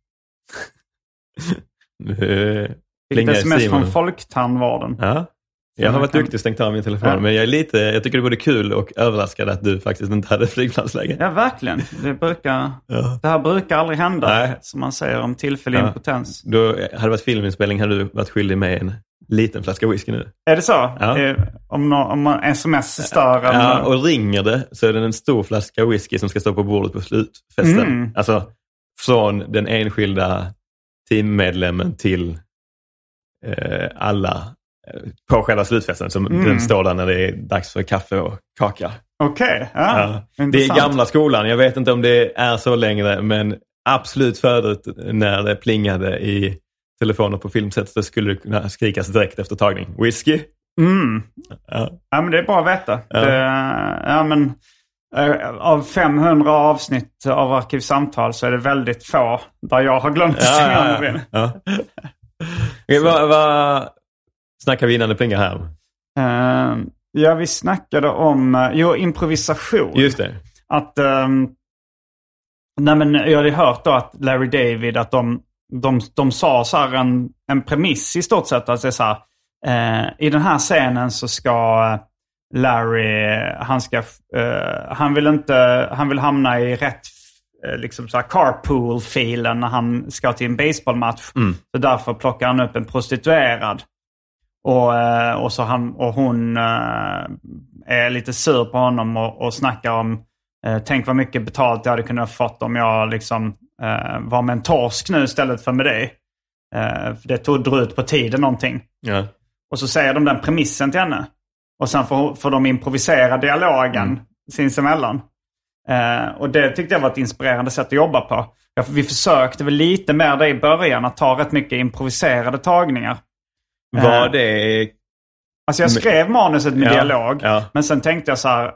det som mest från folktandvården. Ja. Jag har varit duktig och stängt av min telefon, men jag tycker det vore kul och överraskad att du faktiskt inte hade flygplansläge. Ja, verkligen. Det här brukar aldrig hända, som man säger om tillfällig impotens. Då hade det varit filminspelning, hade du varit skyldig med en liten flaska whisky nu. Är det så? Ja. Om man sms stör Ja, och ringer det så är det en stor flaska whisky som ska stå på bordet på slutfesten. Alltså från den enskilda teammedlemmen till alla på själva slutfesten som den står där när det är dags för kaffe och kaka. Okej, det är gamla skolan. Jag vet inte om det är så längre, men absolut förut när det plingade i telefoner på filmset så skulle det kunna skrikas direkt efter tagning. Whisky? Ja, men det är bra att veta. Av 500 avsnitt av Arkivsamtal så är det väldigt få där jag har glömt Vad snackar vi innan det plingar här? Vi snackade om improvisation. Just det. Att jag hade hört då att Larry David, att de sa så här en premiss i stort sett, att det är så här, i den här scenen så ska Larry, han vill hamna i rätt liksom så här carpool-filen när han ska till en baseballmatch. Så därför plockar han upp en prostituerad. Och hon är lite sur på honom och snackar om tänk vad mycket betalt jag hade kunnat fått om jag liksom var med en torsk nu istället för med dig. För det drog ut på tiden någonting. Ja. Och så säger de den premissen till henne. Och sen får de improvisera dialogen sinsemellan. Och det tyckte jag var ett inspirerande sätt att jobba på. Vi försökte väl lite mer det i början, att ta rätt mycket improviserade tagningar. Var det... Alltså jag skrev manuset med dialog. Ja. Men sen tänkte jag så här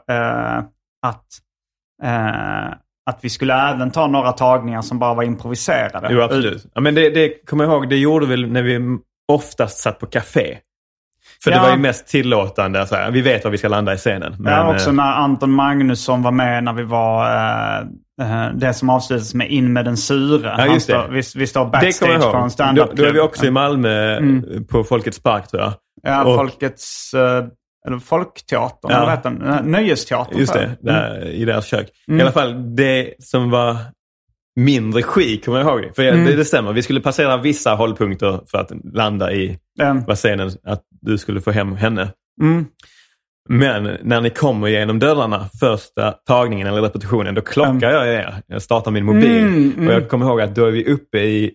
att vi skulle även ta några tagningar som bara var improviserade. Jo, absolut. Ja, men det kommer jag ihåg, det gjorde väl när vi oftast satt på café. För det var ju mest tillåtande. Så här, vi vet var vi ska landa i scenen. Men, också när Anton Magnusson var med när vi var... det som avslutades med In med den sura. Ja, just det. Vi står backstage på en stand-up. Då är vi också i Malmö på Folkets Park, tror jag. Ja, Folkets... eller Folkteatern, eller vad heter den? Nöjesteatern. Just det, där, i deras kök. I alla fall, det som var mindre skit, kommer jag ihåg. För det stämmer, vi skulle passera vissa hållpunkter för att landa i scenen, att du skulle få hem henne. Men när ni kommer genom dörrarna första tagningen eller repetitionen, då klockar jag er. Jag startar min mobil och jag kommer ihåg att då är vi uppe i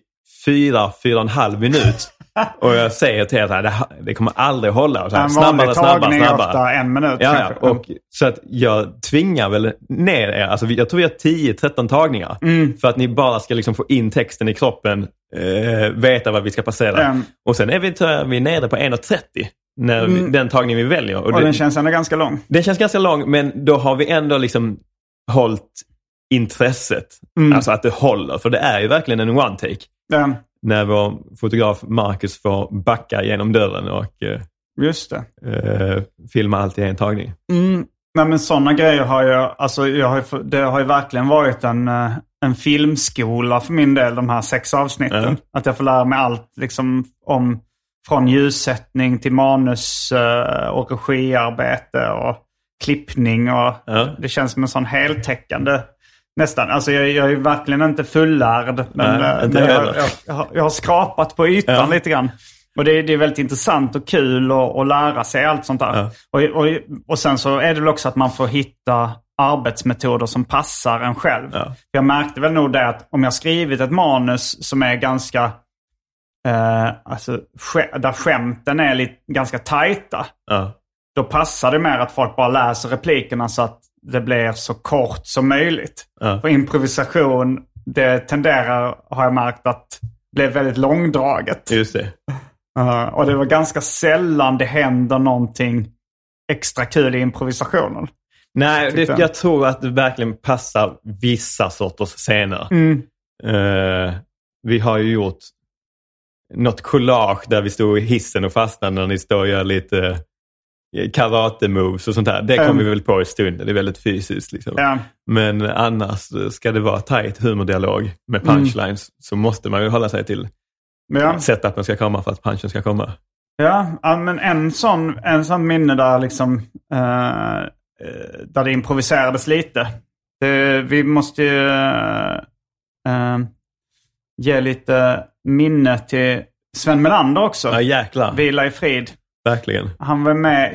4,5 minut. Och jag säger till er att det kommer aldrig hålla. Och så här, snabbare. Ofta 1 minut. Ja, och så att jag tvingar väl ner er. Alltså jag tror vi har 10-13 tagningar. För att ni bara ska liksom få in texten i kroppen. Veta vad vi ska passera. Och sen är vi nere på 1,30 när den tagningen vi väljer. Och den känns ändå ganska lång. Den känns ganska lång, men då har vi ändå liksom hållit intresset. Alltså att det håller. För det är ju verkligen en one-take. När vår fotograf Marcus får backa genom dörren och just det. Filma allt i en tagning. Nej, men sådana grejer har det har ju verkligen varit en filmskola för min del, de här 6 avsnitten. Att jag får lära mig allt liksom från ljussättning till manus och regiarbete och klippning och det känns som en sån heltäckande nästan. Alltså jag är verkligen inte fullärd, men jag har skrapat på ytan lite grann. Och det är väldigt intressant och kul att lära sig allt sånt där. Och sen så är det väl också att man får hitta arbetsmetoder som passar en själv. Jag märkte väl nog det att om jag skrivit ett manus som är ganska där skämten är ganska tajta, då passar det mer att folk bara läser replikerna så att det blir så kort som möjligt. För improvisation, det tenderar, har jag märkt, att bli väldigt långdraget. Just det. Och det var ganska sällan det händer någonting extra kul i improvisationen. Nej, jag tror att det verkligen passar vissa sorters scener. Vi har ju gjort något collage där vi stod i hissen och fastnade när ni står och gör lite karate-moves och sånt där. Det kommer vi väl på i stunden. Det är väldigt fysiskt liksom. Men annars ska det vara tight humordialog med punchlines, så måste man ju hålla sig till setupen ska komma för att punchen ska komma. Ja, men en sån minne där liksom där det improviserades lite. Vi måste ju ge lite minne till Sven Melander också. Ja, jäklar. Vila i frid. Verkligen. Han var med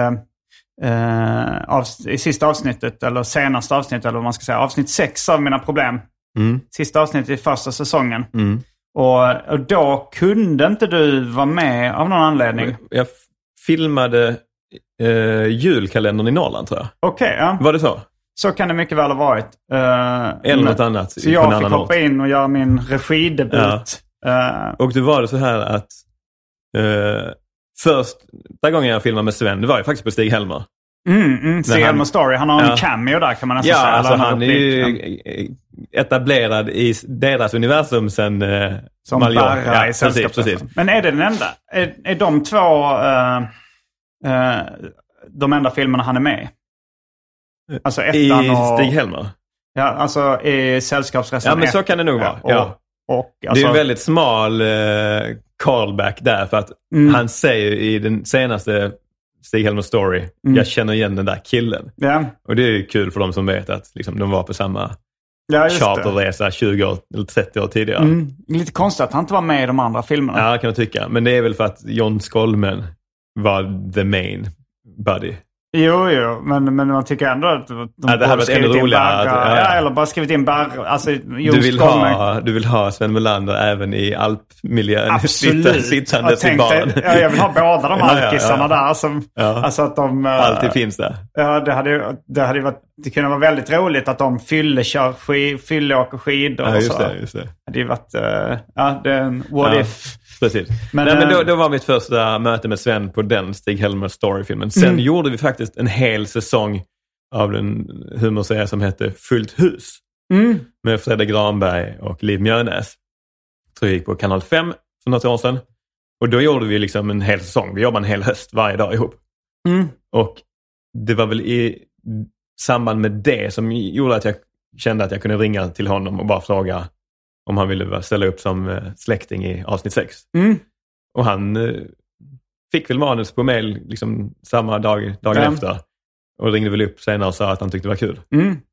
i sista avsnittet, eller senaste avsnittet, eller vad man ska säga. Avsnitt 6 av Mina problem. Sista avsnittet i första säsongen. Och då kunde inte du vara med av någon anledning. Jag filmade julkalendern i Norrland, tror jag. Okej, ja. Var det så? Så kan det mycket väl ha varit. Eller något annat. Så jag fick hoppa in och göra min regidebut. Och det var det så här att första gången jag filmade med Sven, det var ju faktiskt på Stig Helmer. Stig Helmer Story. Han har en cameo där, kan man nästan säga. Alltså han är ju etablerad i deras universum sen som Barra i Sällskapsresan. Men är det den enda? Är de två de enda filmerna han är med? Alltså i Stig Helmer? Ja, alltså i Sällskapsresan. Ja, men så kan det nog vara. Ja. Och, alltså, det är en väldigt smal callback där, för att han säger i den senaste Stig Helmer Story, jag känner igen den där killen. Yeah. Och det är ju kul för de som vet att liksom, de var på samma charterresa 20 år, eller 30 år tidigare. Lite konstigt att han inte var med i de andra filmerna. Ja, kan man tycka. Men det är väl för att John Skolmen var the main buddy. Jo, men man tycker ändå att de det hade varit ännu roligare. Eller bara skrivit in Barra. Alltså, du vill ha Sven Melander även i alpmiljön. Absolut. Sittandes i baren. Jag vill ha båda de alkisarna där. Som, alltså att de alltid finns där. Ja, det kunde vara väldigt roligt att de fyllåker skidor. Ja, just och så. Det, just det. Det hade varit det är en what if. Precis. Men då var mitt första möte med Sven på den Stig Helmer Story-filmen. Sen gjorde vi faktiskt en hel säsong av den humorserie som hette Fullt hus. Med Fredrik Granberg och Liv Mjörnäs. Så vi gick på Kanal 5 för något år sedan. Och då gjorde vi liksom en hel säsong. Vi jobbade en hel höst varje dag ihop. Och det var väl i samband med det som gjorde att jag kände att jag kunde ringa till honom och bara fråga om han ville ställa upp som släkting i avsnitt 6. Och han fick väl manus på mail liksom samma dagen efter. Och ringde väl upp senare och sa att han tyckte det var kul.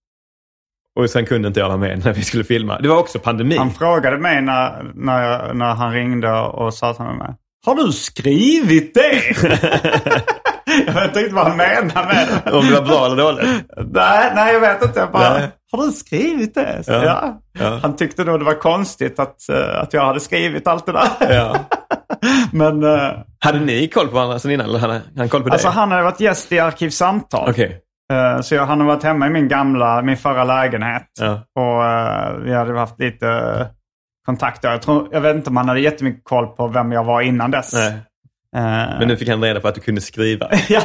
Och sen kunde inte jag vara med när vi skulle filma. Det var också pandemi. Han frågade mig när han ringde och sa att han var med. Har du skrivit det? Jag vet inte vad han menar med det. Om det var bra eller dåligt? Nej, jag vet inte. Jag bara, har du skrivit det? Så, ja. Han tyckte nog det var konstigt att jag hade skrivit allt det där. Ja. Men, hade ni koll på varandra sen innan? Eller hade han koll på dig? Alltså han hade varit gäst i Arkivsamtal. Okay. Så han har varit hemma i min förra lägenhet. Ja. Och vi hade haft lite kontakt. Jag vet inte om han hade jättemycket koll på vem jag var innan dess. Nej. Men nu fick han reda på att du kunde skriva. Ja.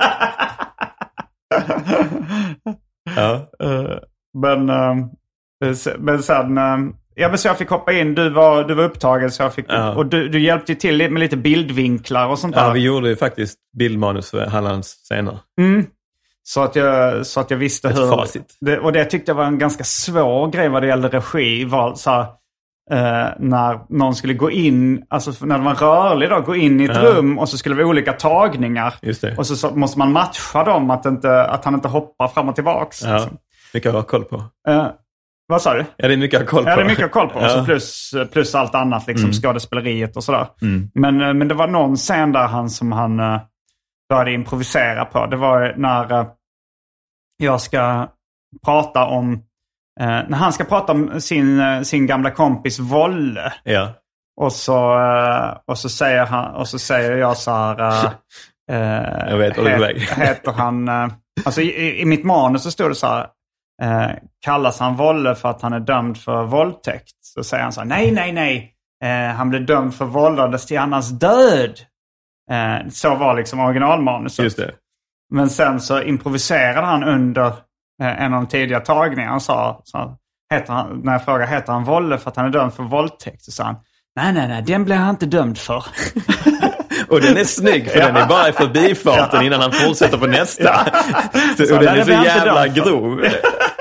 Men sen så jag fick hoppa in. Du var upptagen, så jag fick och du hjälpte till med lite bildvinklar och sånt där. Ja, vi gjorde ju faktiskt bildmanus för Hallands scener. Så att jag visste hur facit. Och det tyckte jag var en ganska svår grej vad det gällde regi. Var så här, när någon skulle gå in, alltså när det var rörlig då, gå in i ett rum och så skulle det vara olika tagningar. Just det. Och så måste man matcha dem att han inte hoppar fram och tillbaks. Ja, liksom. Mycket att ha koll på. Vad sa du? Ja, det är mycket att ha koll på. Ja, det är mycket att ha koll på. Ja. Plus allt annat, liksom skådespeleriet och sådär. Men det var någon scen där han började improvisera på. Det var när jag ska prata om när han ska prata om sin gamla kompis Volle. Ja. Och så säger jag så här jag vet heter han alltså i mitt manus så står det så här kallas han Volle för att han är dömd för våldtäkt. Så säger han så här, nej. Han blev dömd för vållande till annans död. Så var liksom originalmanuset. Just det. Men sen så improviserade han under en av de tidiga tagningarna. Han sa, när jag frågade, heter han Volle för att han är dömd för våldtäkt? Så sa han, nej, den blev han inte dömd för. Och den är snygg, för den är bara i förbifarten innan han fortsätter på nästa. Och den är så jävla grov.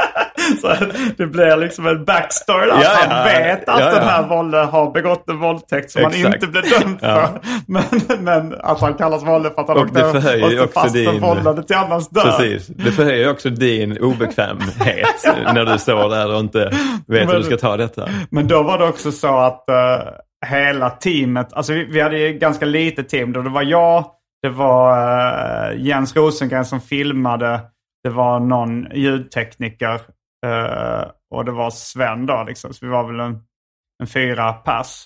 Så det blir liksom en backstory där. Han vet att den här Wolle har begått en våldtäkt som han inte blev dömd för. Men att han kallas Wolle för att han åkte fast för vållande till annans död. Precis. Det förhöjer också din obekvämhet när du står där och inte vet hur du ska ta detta. Men då var det också så att hela teamet, alltså vi hade ju ganska lite team då. Det var jag, det var Jens Rosengren som filmade, det var någon ljudtekniker och det var Sven då liksom. Så vi var väl en 4 pers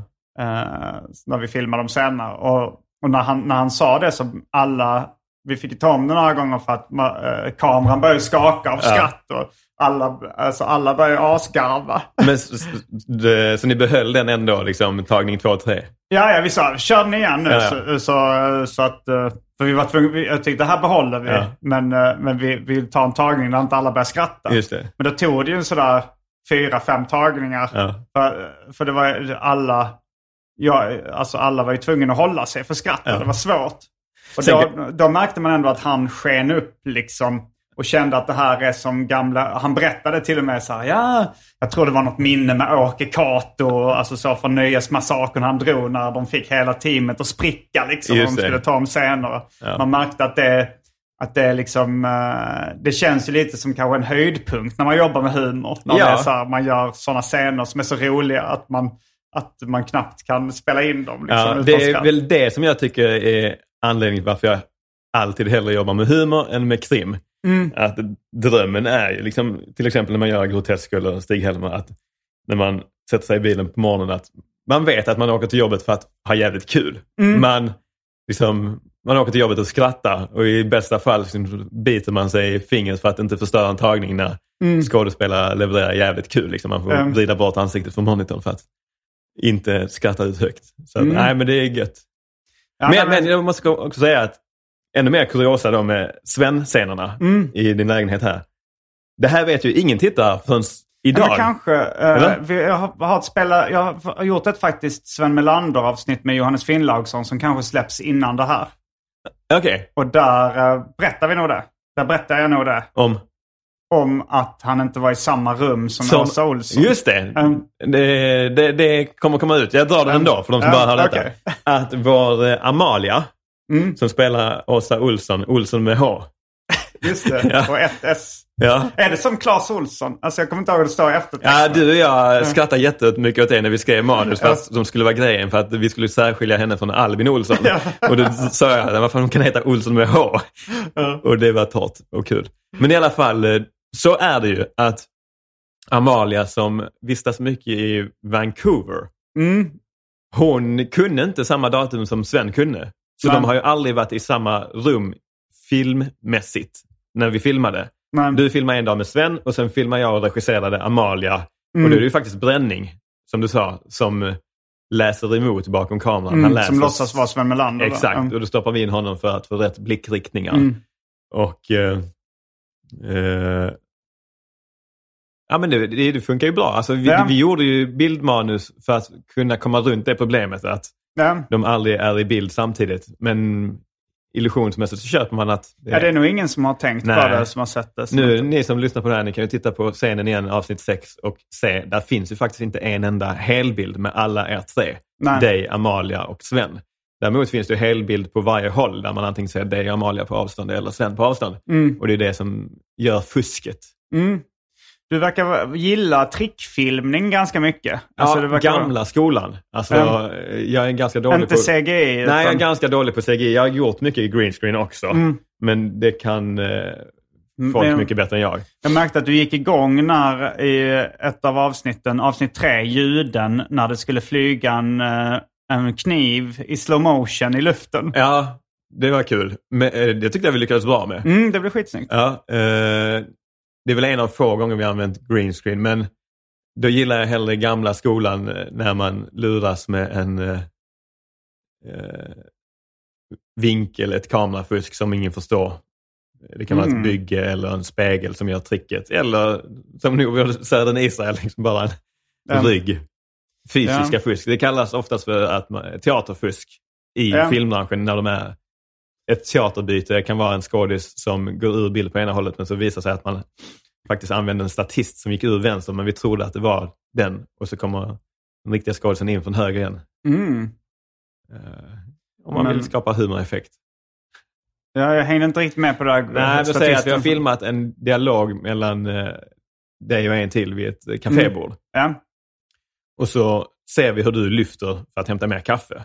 när vi filmade dem senare. Och när han sa det så vi fick ta om den några gånger för att kameran började skaka av skratt och alla började asgarva. Men så ni behöll den ändå liksom tagning 2 och 3? Ja, vi sa kör den igen nu. Så att för vi var tvungna, jag tyckte det här behåller vi. Men vi vill ta en tagning där inte alla börjar skratta. Just det. Men då tog det ju sådär 4-5 tagningar. För det var alla var ju tvungna att hålla sig för skratt. Det var svårt. Och då märkte man ändå att han sken upp liksom och kände att det här är som gamla... Han berättade till och med så här, jag tror det var något minne med Åke Kato, alltså så från Nöjesmassakern han drog när de fick hela teamet att spricka liksom. De skulle ta om scener. Ja. Man märkte att det är liksom... det känns ju lite som kanske en höjdpunkt när man jobbar med humor. När det är så här, man gör sådana scener som är så roliga att man knappt kan spela in dem. Liksom, det är väl det som jag tycker är anledningen varför jag alltid hellre jobbar med humor än med krim. Att drömmen är ju liksom, till exempel när man gör Grotesk eller Stig-Helmer, att när man sätter sig i bilen på morgonen att man vet att man åker till jobbet för att ha jävligt kul. Man åker till jobbet och skrattar och i bästa fall liksom biter man sig i fingret för att inte förstöra en tagning när skådespelare levererar jävligt kul. Liksom. Man får vrida bort ansiktet från monitorn för att inte skratta ut högt. Så nej, men det är gött. Men jag måste också säga att ännu mer kuriosa då med Sven-scenerna i din lägenhet här. Det här vet ju ingen tittare förrän idag. Men kanske. Jag har gjort ett faktiskt Sven Melander-avsnitt med Johannes Finnlaugsson som kanske släpps innan det här. Okej. Och där berättar vi nog det. Där berättar jag nog det. Om att han inte var i samma rum som Åsa Olsson. Just det. Det kommer komma ut. Jag drar det ändå för de som bara hör detta. Att vår Amalia som spelar Åsa Olsson med H. Just det, och ett S. Ja. Är det som Claes Olsson? Alltså jag kommer inte ihåg att det står i eftertexten. Ja, du och jag skrattar jättemycket åt det när vi skrev manus fast de skulle vara grejen för att vi skulle särskilja henne från Albin Olsson. Och då sa jag varför hon kan heta Olsson med H. Och det var torrt och kul. Men i alla fall så är det ju att Amalia som vistas mycket i Vancouver, hon kunde inte samma datum som Sven kunde. Så de har ju aldrig varit i samma rum filmmässigt när vi filmade. Du filmade en dag med Sven och sen filmade jag och regisserade Amalia. Och då är det ju faktiskt Bränning, som du sa, som läser emot bakom kameran. Han läser, som låtsas vara Sven Melander. Exakt, och då stoppar vi in honom för att få rätt blickriktningar. Och ja, men det funkar ju bra. Alltså, vi gjorde ju bildmanus för att kunna komma runt det problemet att de aldrig är i bild samtidigt. Men illusionsmässigt så köper man att... det är nog ingen som har tänkt på det, som har sett det. Nu, ni som lyssnar på det här, ni kan ju titta på scenen igen, avsnitt 6 och se, där finns ju faktiskt inte en enda helbild med alla er tre. Dig, Amalia och Sven. Däremot finns det ju helbild på varje håll där man antingen ser dig, Amalia på avstånd eller Sven på avstånd. Och det är det som gör fusket. Du verkar gilla trickfilmning ganska mycket. Alltså, det gamla skolan. Alltså, jag är ganska dålig inte på... CGI. Nej, jag är ganska dålig på CGI. Jag har gjort mycket i green screen också. Men det kan folk mycket bättre än jag. Jag märkte att du gick igång när i ett av avsnitten, avsnitt 3, ljuden, när det skulle flyga en kniv i slow motion i luften. Ja, det var kul. Men det tyckte jag vi lyckades bra med. Det blev skitsnyggt. Ja, det är väl en av få gånger vi har använt green screen, men då gillar jag hellre gamla skolan när man luras med en vinkel, ett kamerafusk som ingen förstår. Det kan vara ett bygge eller en spegel som gör tricket. Eller som nu Södern Israel, liksom bara en rygg. Fysiska fusk. Det kallas oftast för teaterfusk i filmbranschen när de är ett teaterbyte. Det kan vara en skådis som går ur bild på ena hållet men så visar sig att man faktiskt använde en statist som gick ur vänster, men vi trodde att det var den. Och så kommer den riktiga skådisen in från höger igen. Om man vill skapa humoreffekt. Ja, jag hängde inte riktigt med på det här. Nej, då säger att vi har filmat en dialog mellan dig och en till vid ett kafébord. Ja. Och så ser vi hur du lyfter för att hämta mer kaffe.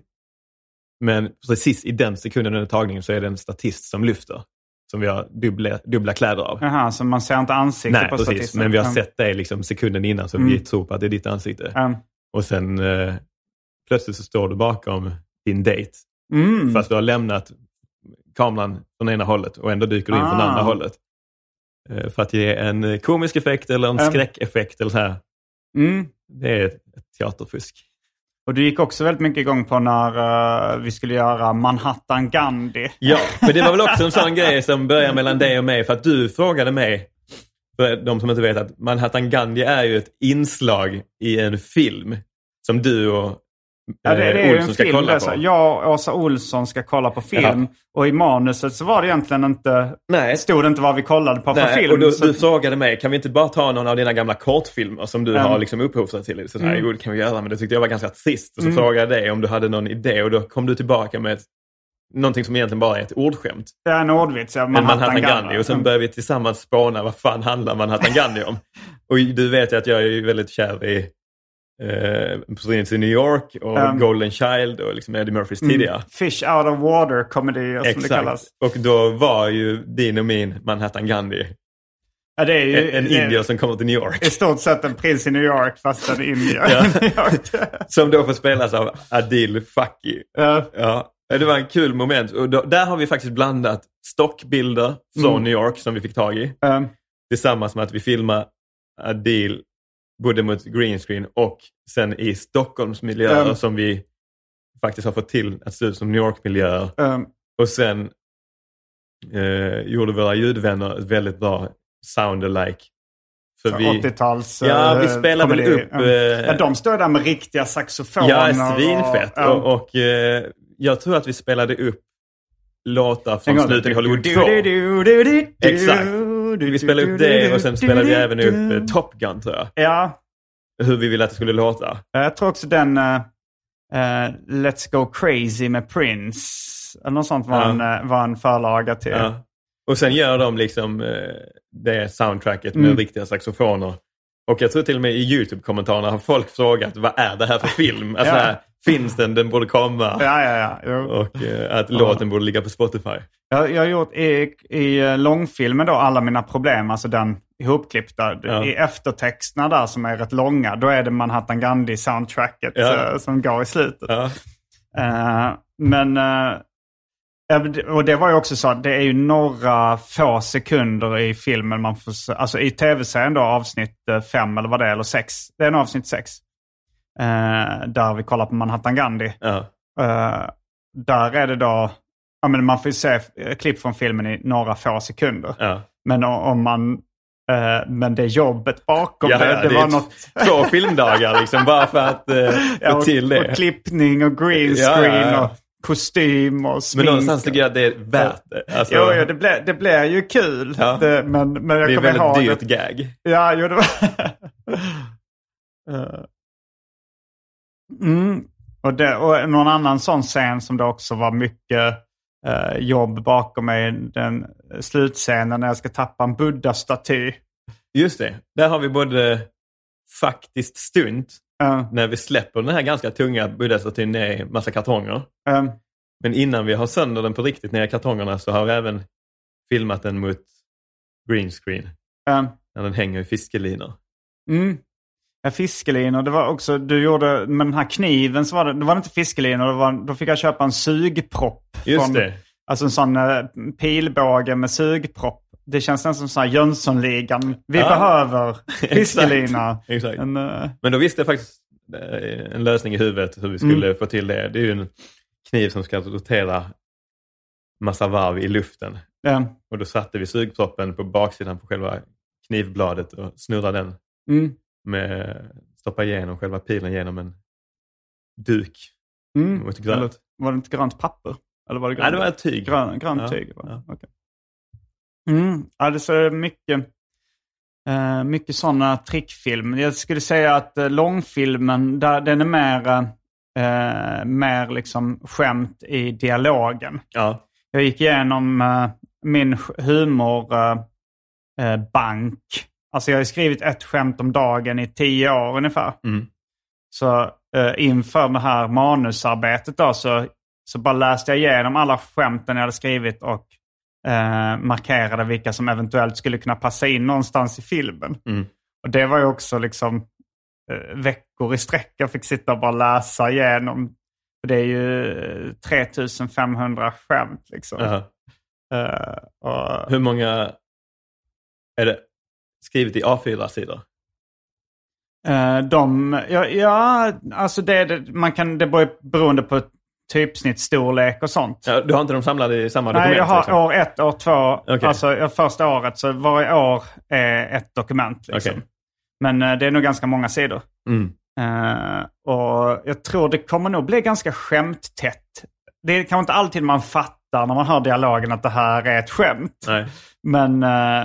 Men precis i den sekunden under tagningen så är det en statist som lyfter. Som vi har dubbla kläder av. Jaha, så man ser inte ansiktet på statisten. Precis, men vi har sett dig liksom sekunden innan så vi tror på att det är ditt ansikte. Och sen plötsligt så står du bakom din date. Fast du har lämnat kameran från ena hållet och ändå dyker du in från andra hållet. För att ge en komisk effekt eller en skräckeffekt eller så här. Det är ett teaterfusk. Och du gick också väldigt mycket igång på när vi skulle göra Manhattan Gandhi. Ja, för det var väl också en sån grej som började mellan dig och mig. För att du frågade mig, för de som inte vet, att Manhattan Gandhi är ju ett inslag i en film som du och det är Olsson ska kolla på. Jag och Åsa Olsson ska kolla på film. Och i manuset så var det egentligen inte... Stod det inte vad vi kollade på för film. Och du frågade mig, kan vi inte bara ta någon av dina gamla kortfilmer som du har liksom upphovsat till? Så här, jo, det kan vi göra, men det tyckte jag var ganska trist. Och så frågade jag dig om du hade någon idé. Och då kom du tillbaka med någonting som egentligen bara är ett ordskämt. Det är en ordvits, ja. Manhattan Gandhi. Och sen började vi tillsammans spåna, vad fan handlar Manhattan Gandhi om? Och du vet att jag är väldigt kär i Prince i New York och Golden Child och liksom Eddie Murphys tidigare. Fish out of water comedy som det kallas. Och då var ju din och min Manhattan Gandhi det är ju, en indier som kommer till New York. I stort sett en prins i New York fast en indier. Som då får spelas av Adil Fakki. Ja. Det var en kul moment. Och där har vi faktiskt blandat stockbilder från New York som vi fick tag i. Tillsammans med att vi filmar Adil både mot green screen och sen i Stockholms miljöer som vi faktiskt har fått till att se ut som New York-miljöer. Och sen gjorde våra ljudvänner ett väldigt bra sound-alike. För 80-tals vi spelade väl upp... de står där med riktiga saxofoner. Ja, svinfett. Och jag tror att vi spelade upp låtar från slutet i Hollywood 2. Exakt. Vi spelade upp det och sen spelade vi även upp Top Gun, tror jag. Ja. Hur vi ville att det skulle låta. Jag tror också den Let's Go Crazy med Prince. Eller något sånt var en förlaga till. Ja. Och sen gör de liksom det soundtracket med riktiga saxofoner. Och jag tror till och med i YouTube-kommentarerna har folk frågat, vad är det här för film? Alltså finns den borde komma. Ja. Och att låten borde ligga på Spotify. Jag har gjort i långfilmen då Alla mina problem, alltså den ihopklippta. I eftertexterna där som är rätt långa, då är det Manhattan Gandhi soundtracket som går i slutet. Men och det var ju också så, det är ju några få sekunder i filmen man får, alltså i tv-serien då avsnitt 5 eller vad det är, eller 6. Det är en avsnitt 6. Där vi kollar på Manhattan Gandhi. Där är det då, men man får ju se klipp från filmen i några få sekunder. Men om man men det jobbet bakom det var något... 2 filmdagar liksom, bara för att få till det. Och klippning och green screen och kostym och smink. Men någonstans tycker jag att det är värt det. Alltså... Jo, det blev ju kul. Ja. Men jag det är kommer väldigt dyrt gag. Ja, jo, det var... Och någon annan sån scen som det också var mycket jobb bakom mig, den slutscenen när jag ska tappa en Buddha-staty. Just det. Där har vi både faktiskt stunt när vi släpper den här ganska tunga Buddha-statyn ner i massa kartonger. Men innan vi har sönder den på riktigt ner i kartongerna så har vi även filmat den mot green screen. När den hänger i fiskelinor. Ja, fiskelinor. Det var också, du gjorde med den här kniven så var det var inte fiskelinor, då fick jag köpa en sugpropp. Just det. Alltså en sån pilbåge med sugpropp. Det känns nästan som sån här Jönssonligan. Vi behöver fiskelina. Exakt. Men då visste jag faktiskt en lösning i huvudet hur vi skulle få till det. Det är ju en kniv som ska rotera massa varv i luften. Och då satte vi sugproppen på baksidan på själva knivbladet och snurrade den. Med stoppa igenom själva pilen genom en duk. Var det inte grönt papper? Eller var det grönt? Nej, det var ett tyg. Grönt tyg. Ja. Okay. Ja, det är så mycket. Mycket sådana trickfilm. Jag skulle säga att långfilmen, den är mer liksom skämt i dialogen. Ja. Jag gick igenom min humorbank. Alltså jag har skrivit ett skämt om dagen i 10 år ungefär. Mm. Så inför det här manusarbetet då, så bara läste jag igenom alla skämten jag hade skrivit och markerade vilka som eventuellt skulle kunna passa in någonstans i filmen. Mm. Och det var ju också liksom veckor i sträck jag fick sitta och bara läsa igenom. För det är ju 3500 skämt liksom. Hur många är det skrivet i A4-sidor? Alltså det beror beroende på typsnittsstorlek och sånt. Ja, du har inte de samlade i samma dokument? Nej, jag har liksom. år 1, år 2. Okay. Alltså första året, så varje år är ett dokument. Liksom. Okay. Men det är nog ganska många sidor. Mm. Och jag tror det kommer nog bli ganska skämttätt. Det är kanske inte alltid man fattar när man hör dialogen att det här är ett skämt. Nej. Men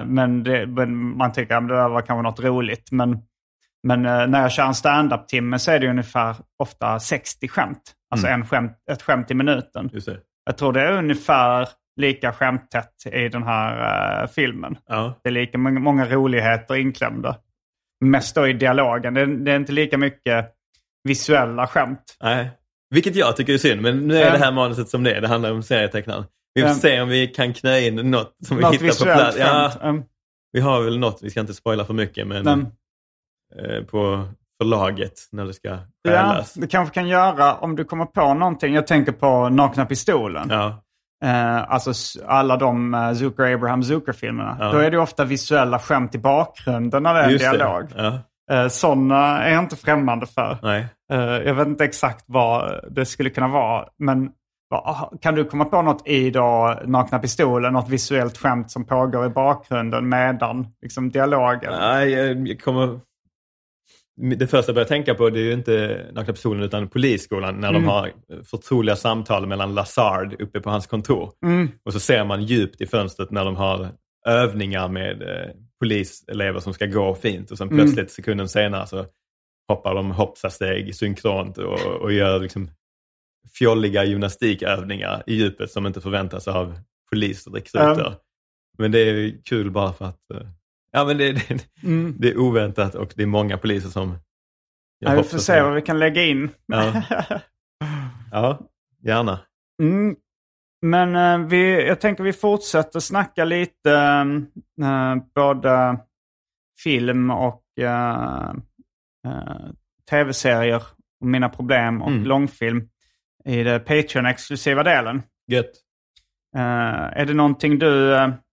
man tycker att det var kanske något roligt. Men när jag kör en stand-up-timme så är det ungefär ofta 60 skämt. Alltså ett skämt i minuten. Just det. Jag tror det är ungefär lika skämttätt i den här filmen. Ja. Det är lika många roligheter inklämda. Mest då i dialogen. Det är inte lika mycket visuella skämt. Nej. Vilket jag tycker är synd. Men nu är det här manuset som det är. Det handlar om serietecknaren. Vi får se om vi kan knä in något som vi hittar på plats. Ja, vi har väl något. Vi ska inte spoila för mycket. Men på förlaget när det ska stjälas. Ja, du kanske kan göra om du kommer på någonting. Jag tänker på Nakna pistolen. Ja. Alltså alla de Abraham Zucker-filmerna. Ja. Då är det ofta visuella skämt i bakgrunden när det är en dialog. Ja. Sådana är jag inte främmande för. Nej. Jag vet inte exakt vad det skulle kunna vara. Men kan du komma på något i då Nakna pistolen? Något visuellt skämt som pågår i bakgrunden medan liksom dialogen? Nej, jag kommer... Det första jag börjar tänka på, det är ju inte Nakna pistolen utan Polisskolan. När de har förtroliga samtal mellan Lazard uppe på hans kontor. Och så ser man djupt i fönstret när de har övningar med poliselever som ska gå fint. Och sen plötsligt sekunden senare så hoppar de hoppsasteg synkront och gör liksom fjolliga gymnastikövningar i djupet som inte förväntas av polis och rekryter. Men det är kul bara för att... Ja, men det är oväntat och det är många poliser som... Vi får se vad vi kan lägga in. Ja, gärna. Men jag tänker vi fortsätter snacka lite både film och tv-serier och mina problem och långfilm i det Patreon-exklusiva delen. Gött. Är det någonting du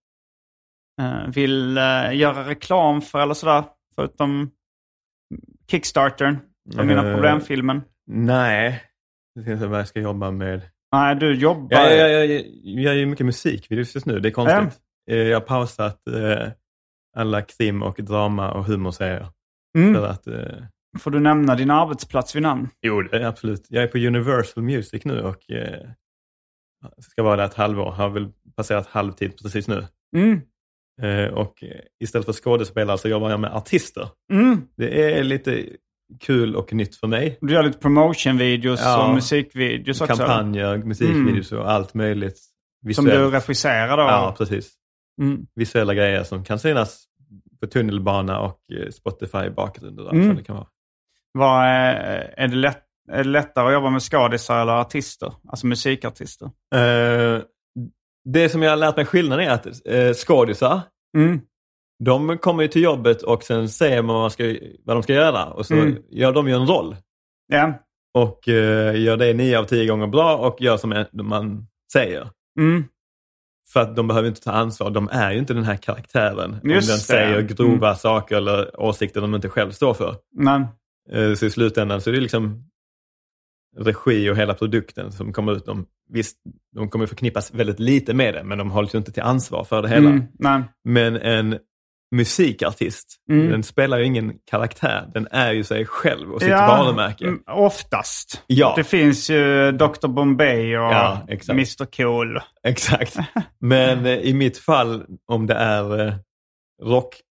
vill göra reklam för eller sådär? Förutom Kickstartern för mina problemfilmen. Nej, det är inte vad jag ska jobba med. Nej, du jobbar... Jag gör ju mycket musik just nu, det är konstigt. Jag har pausat alla krim och drama och humorserier. För att... Får du nämna din arbetsplats vid namn? Jo, det är absolut. Jag är på Universal Music nu och ska vara där ett halvår. Har väl passerat halvtid precis nu. Och istället för skådespelare så jobbar jag med artister. Det är lite kul och nytt för mig. Du gör lite promotion-videos och musikvideos också. Kampanjer, musikvideos och allt möjligt. Visuellt. Som du regisserar då? Ja, precis. Visuella grejer som kan synas på tunnelbana och Spotify i bakgrunden. Det kan vara. Är det lättare att jobba med skådisar eller artister? Alltså musikartister? Det som jag har lärt mig skillnaden är att skådisar, de kommer ju till jobbet och sen säger man vad de ska göra. Och så gör de ju en roll. Ja. Och gör det 9 av 10 gånger bra och gör som man säger. För att de behöver inte ta ansvar. De är ju inte den här karaktären. Om den säger grova saker eller åsikter de inte själv står för. Nej. Så i slutändan så är det liksom regi och hela produkten som kommer ut. De kommer förknippas väldigt lite med det, men de hålls ju inte till ansvar för det hela. Nej. Men en musikartist, den spelar ju ingen karaktär. Den är ju sig själv och sitt varumärke. Oftast. Ja. Det finns ju Dr. Bombay och exakt. Mr. Cool. Exakt. Men i mitt fall, om det är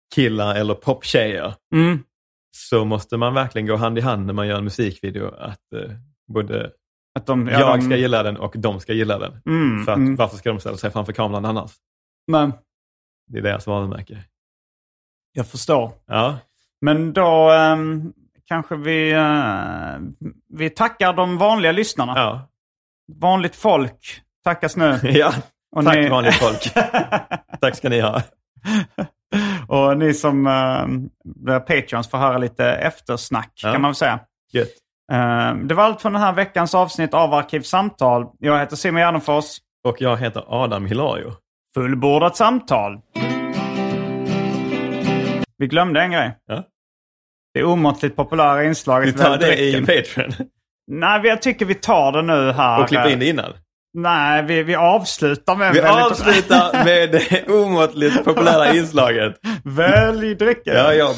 popkillar eller poptjejer. Så måste man verkligen gå hand i hand när man gör en musikvideo. Att både jag ska gilla den och de ska gilla den. För att, varför ska de ställa sig framför kameran annars? Men det är deras varumärke. Jag förstår. Ja. Men då kanske vi tackar de vanliga lyssnarna. Ja. Vanligt folk tackas nu. Ja, och tack vanligt folk. Tack ska ni ha. Och ni som blir Patreons får höra lite eftersnack kan man väl säga. Gött. Det var allt från den här veckans avsnitt av Arkivsamtal. Jag heter Simon Gärdenfors. Och jag heter Adam Hilario. Fullbordat samtal. Vi glömde en grej. Ja. Det är omåttligt populära inslaget. Vi tar det i Patreon. Nej, jag tycker vi tar det nu här. Och klipper in det innan. Nej, vi avslutar med... Vi avslutar med det omåttligt populära inslaget. Välj drycken. Ja, jag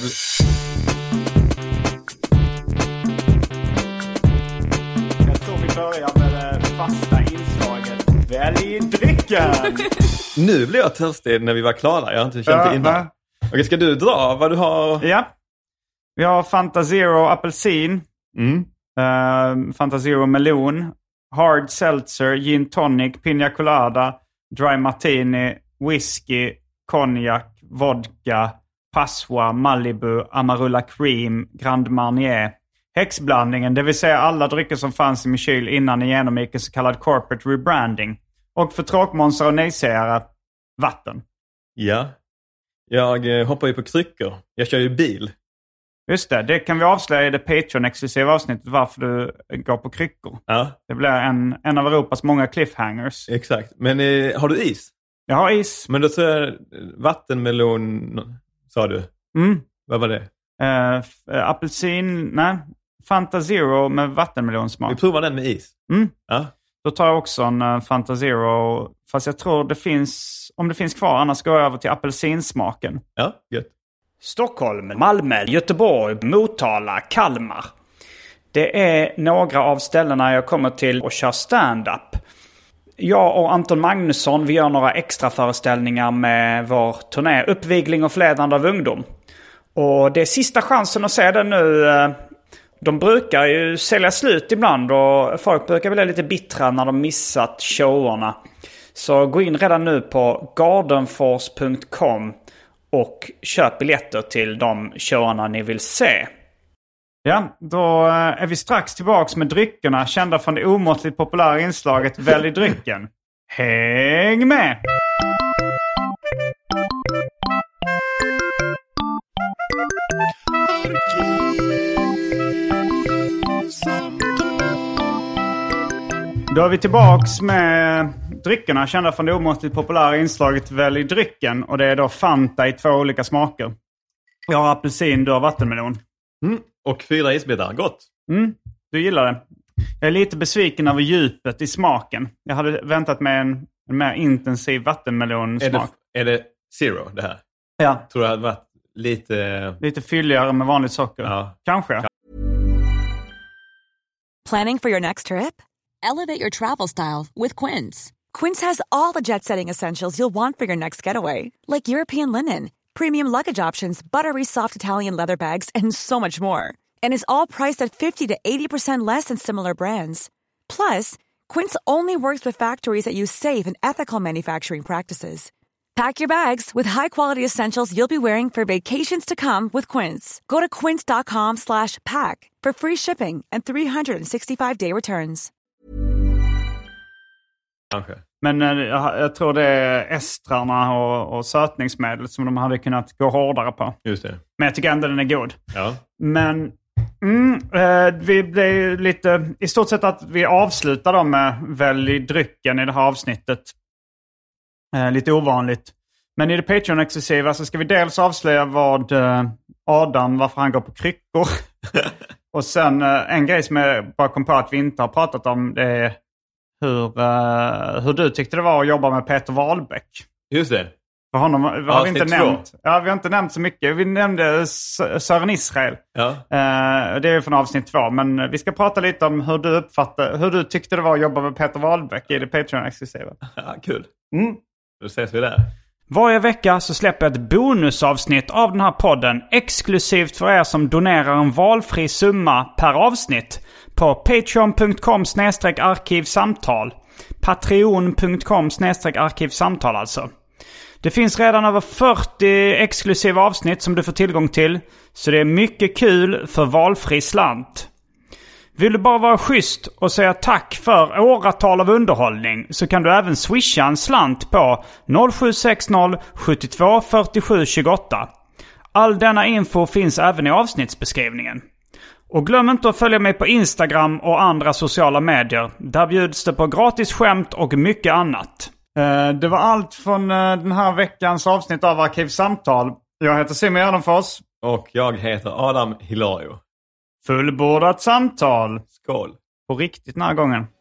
tror vi börjar med det fasta inslaget. Välj drycken. Nu blev jag törstig när vi var klara. Jag har inte känt det innan. Okej, ska du dra vad du har? Ja. Vi har Fanta Zero apelsin. Fanta Zero melon. Hard seltzer, gin tonic, pina colada, dry martini, whisky, konjak, vodka, passoa, Malibu, Amarula cream, Grand Marnier. Häxblandningen, det vill säga alla drycker som fanns i min kyl innan ni genomgick en så kallad corporate rebranding. Och för tråkmånsar och nejsägare, vatten. Ja, jag hoppar ju på kryckor. Jag kör ju bil. Just det kan vi avslöja i det Patreon-exklusiva avsnittet varför du går på kryckor. Ja. Det blir en av Europas många cliffhangers. Exakt, men har du is? Jag har is. Men då så är vattenmelon, sa du? Vad var det? Apelsin, nej. Fanta Zero med vattenmelonsmak. Vi provar den med is. Ja. Då tar jag också en Fanta Zero. Fast jag tror om det finns kvar, annars går jag över till apelsinsmaken. Ja, gött. Stockholm, Malmö, Göteborg, Motala, Kalmar. Det är några av ställena jag kommer till och kör stand-up. Jag och Anton Magnusson, vi gör några extra föreställningar med vår turné Uppvigling och förledande av ungdom. Och det är sista chansen att se det nu. De brukar ju sälja slut ibland och folk brukar bli lite bittra när de missat showerna. Så gå in redan nu på gardenfors.com och köp biljetter till de showerna ni vill se. Ja, då är vi strax tillbaks med dryckerna kända från det omåttligt populära inslaget Välj drycken. Häng med! Då är vi tillbaks med dryckerna kända från det omåttligt populära inslaget Välj drycken. Och det är då Fanta i 2 olika smaker. Jag har apelsin, du har vattenmelon. Och 4 isbitar, gott. Du gillar det. Jag är lite besviken över djupet i smaken. Jag hade väntat mig en mer intensiv vattenmelonsmak. Är det zero det här? Ja. Tror jag hade varit lite fylligare med vanligt socker. Ja. Kanske. Planning for your next trip? Elevate your travel style with Quince. Quince has all the jet-setting essentials you'll want for your next getaway, like European linen, premium luggage options, buttery soft Italian leather bags, and so much more. And is all priced at 50 to 80% less than similar brands. Plus, Quince only works with factories that use safe and ethical manufacturing practices. Pack your bags with high-quality essentials you'll be wearing for vacations to come with Quince. Go to quince.com/pack for free shipping and 365-day returns. Kanske. Men jag tror det är estrarna och sötningsmedlet som de hade kunnat gå hårdare på. Just det. Men jag tycker ändå den är god. Ja. Men vi blev lite... I stort sett att vi avslutar då med Välj drycken i det här avsnittet. Lite ovanligt. Men i det Patreon-exklusiva så ska vi dels avslöja vad varför han går på kryckor. Och sen en grej som jag bara kom på att vi inte har pratat om, det är hur du tyckte det var att jobba med Peter Wahlbeck. Just det. För honom har vi inte nämnt. Ja, vi har inte nämnt så mycket. Vi nämnde Sören Israel. Ja. Det är från avsnitt 2. Men vi ska prata lite om hur du tyckte det var att jobba med Peter Wahlbeck i det Patreon-exklusiva. Ja, kul. Mm. Då ses vi där. Varje vecka så släpper jag ett bonusavsnitt av den här podden exklusivt för er som donerar en valfri summa per avsnitt på patreon.com/arkivsamtal. Patreon.com/arkivsamtal alltså. Det finns redan över 40 exklusiva avsnitt som du får tillgång till, så det är mycket kul för valfri slant. Vill du bara vara schysst och säga tack för åratal av underhållning så kan du även swisha en slant på 0760 72 47 28. All denna info finns även i avsnittsbeskrivningen. Och glöm inte att följa mig på Instagram och andra sociala medier. Där bjuds det på gratis skämt och mycket annat. Det var allt från den här veckans avsnitt av Arkivsamtal. Jag heter Simon Gärdenfors. Och jag heter Adam Hilario. Fullbordat samtal. Skål. På riktigt den här gången.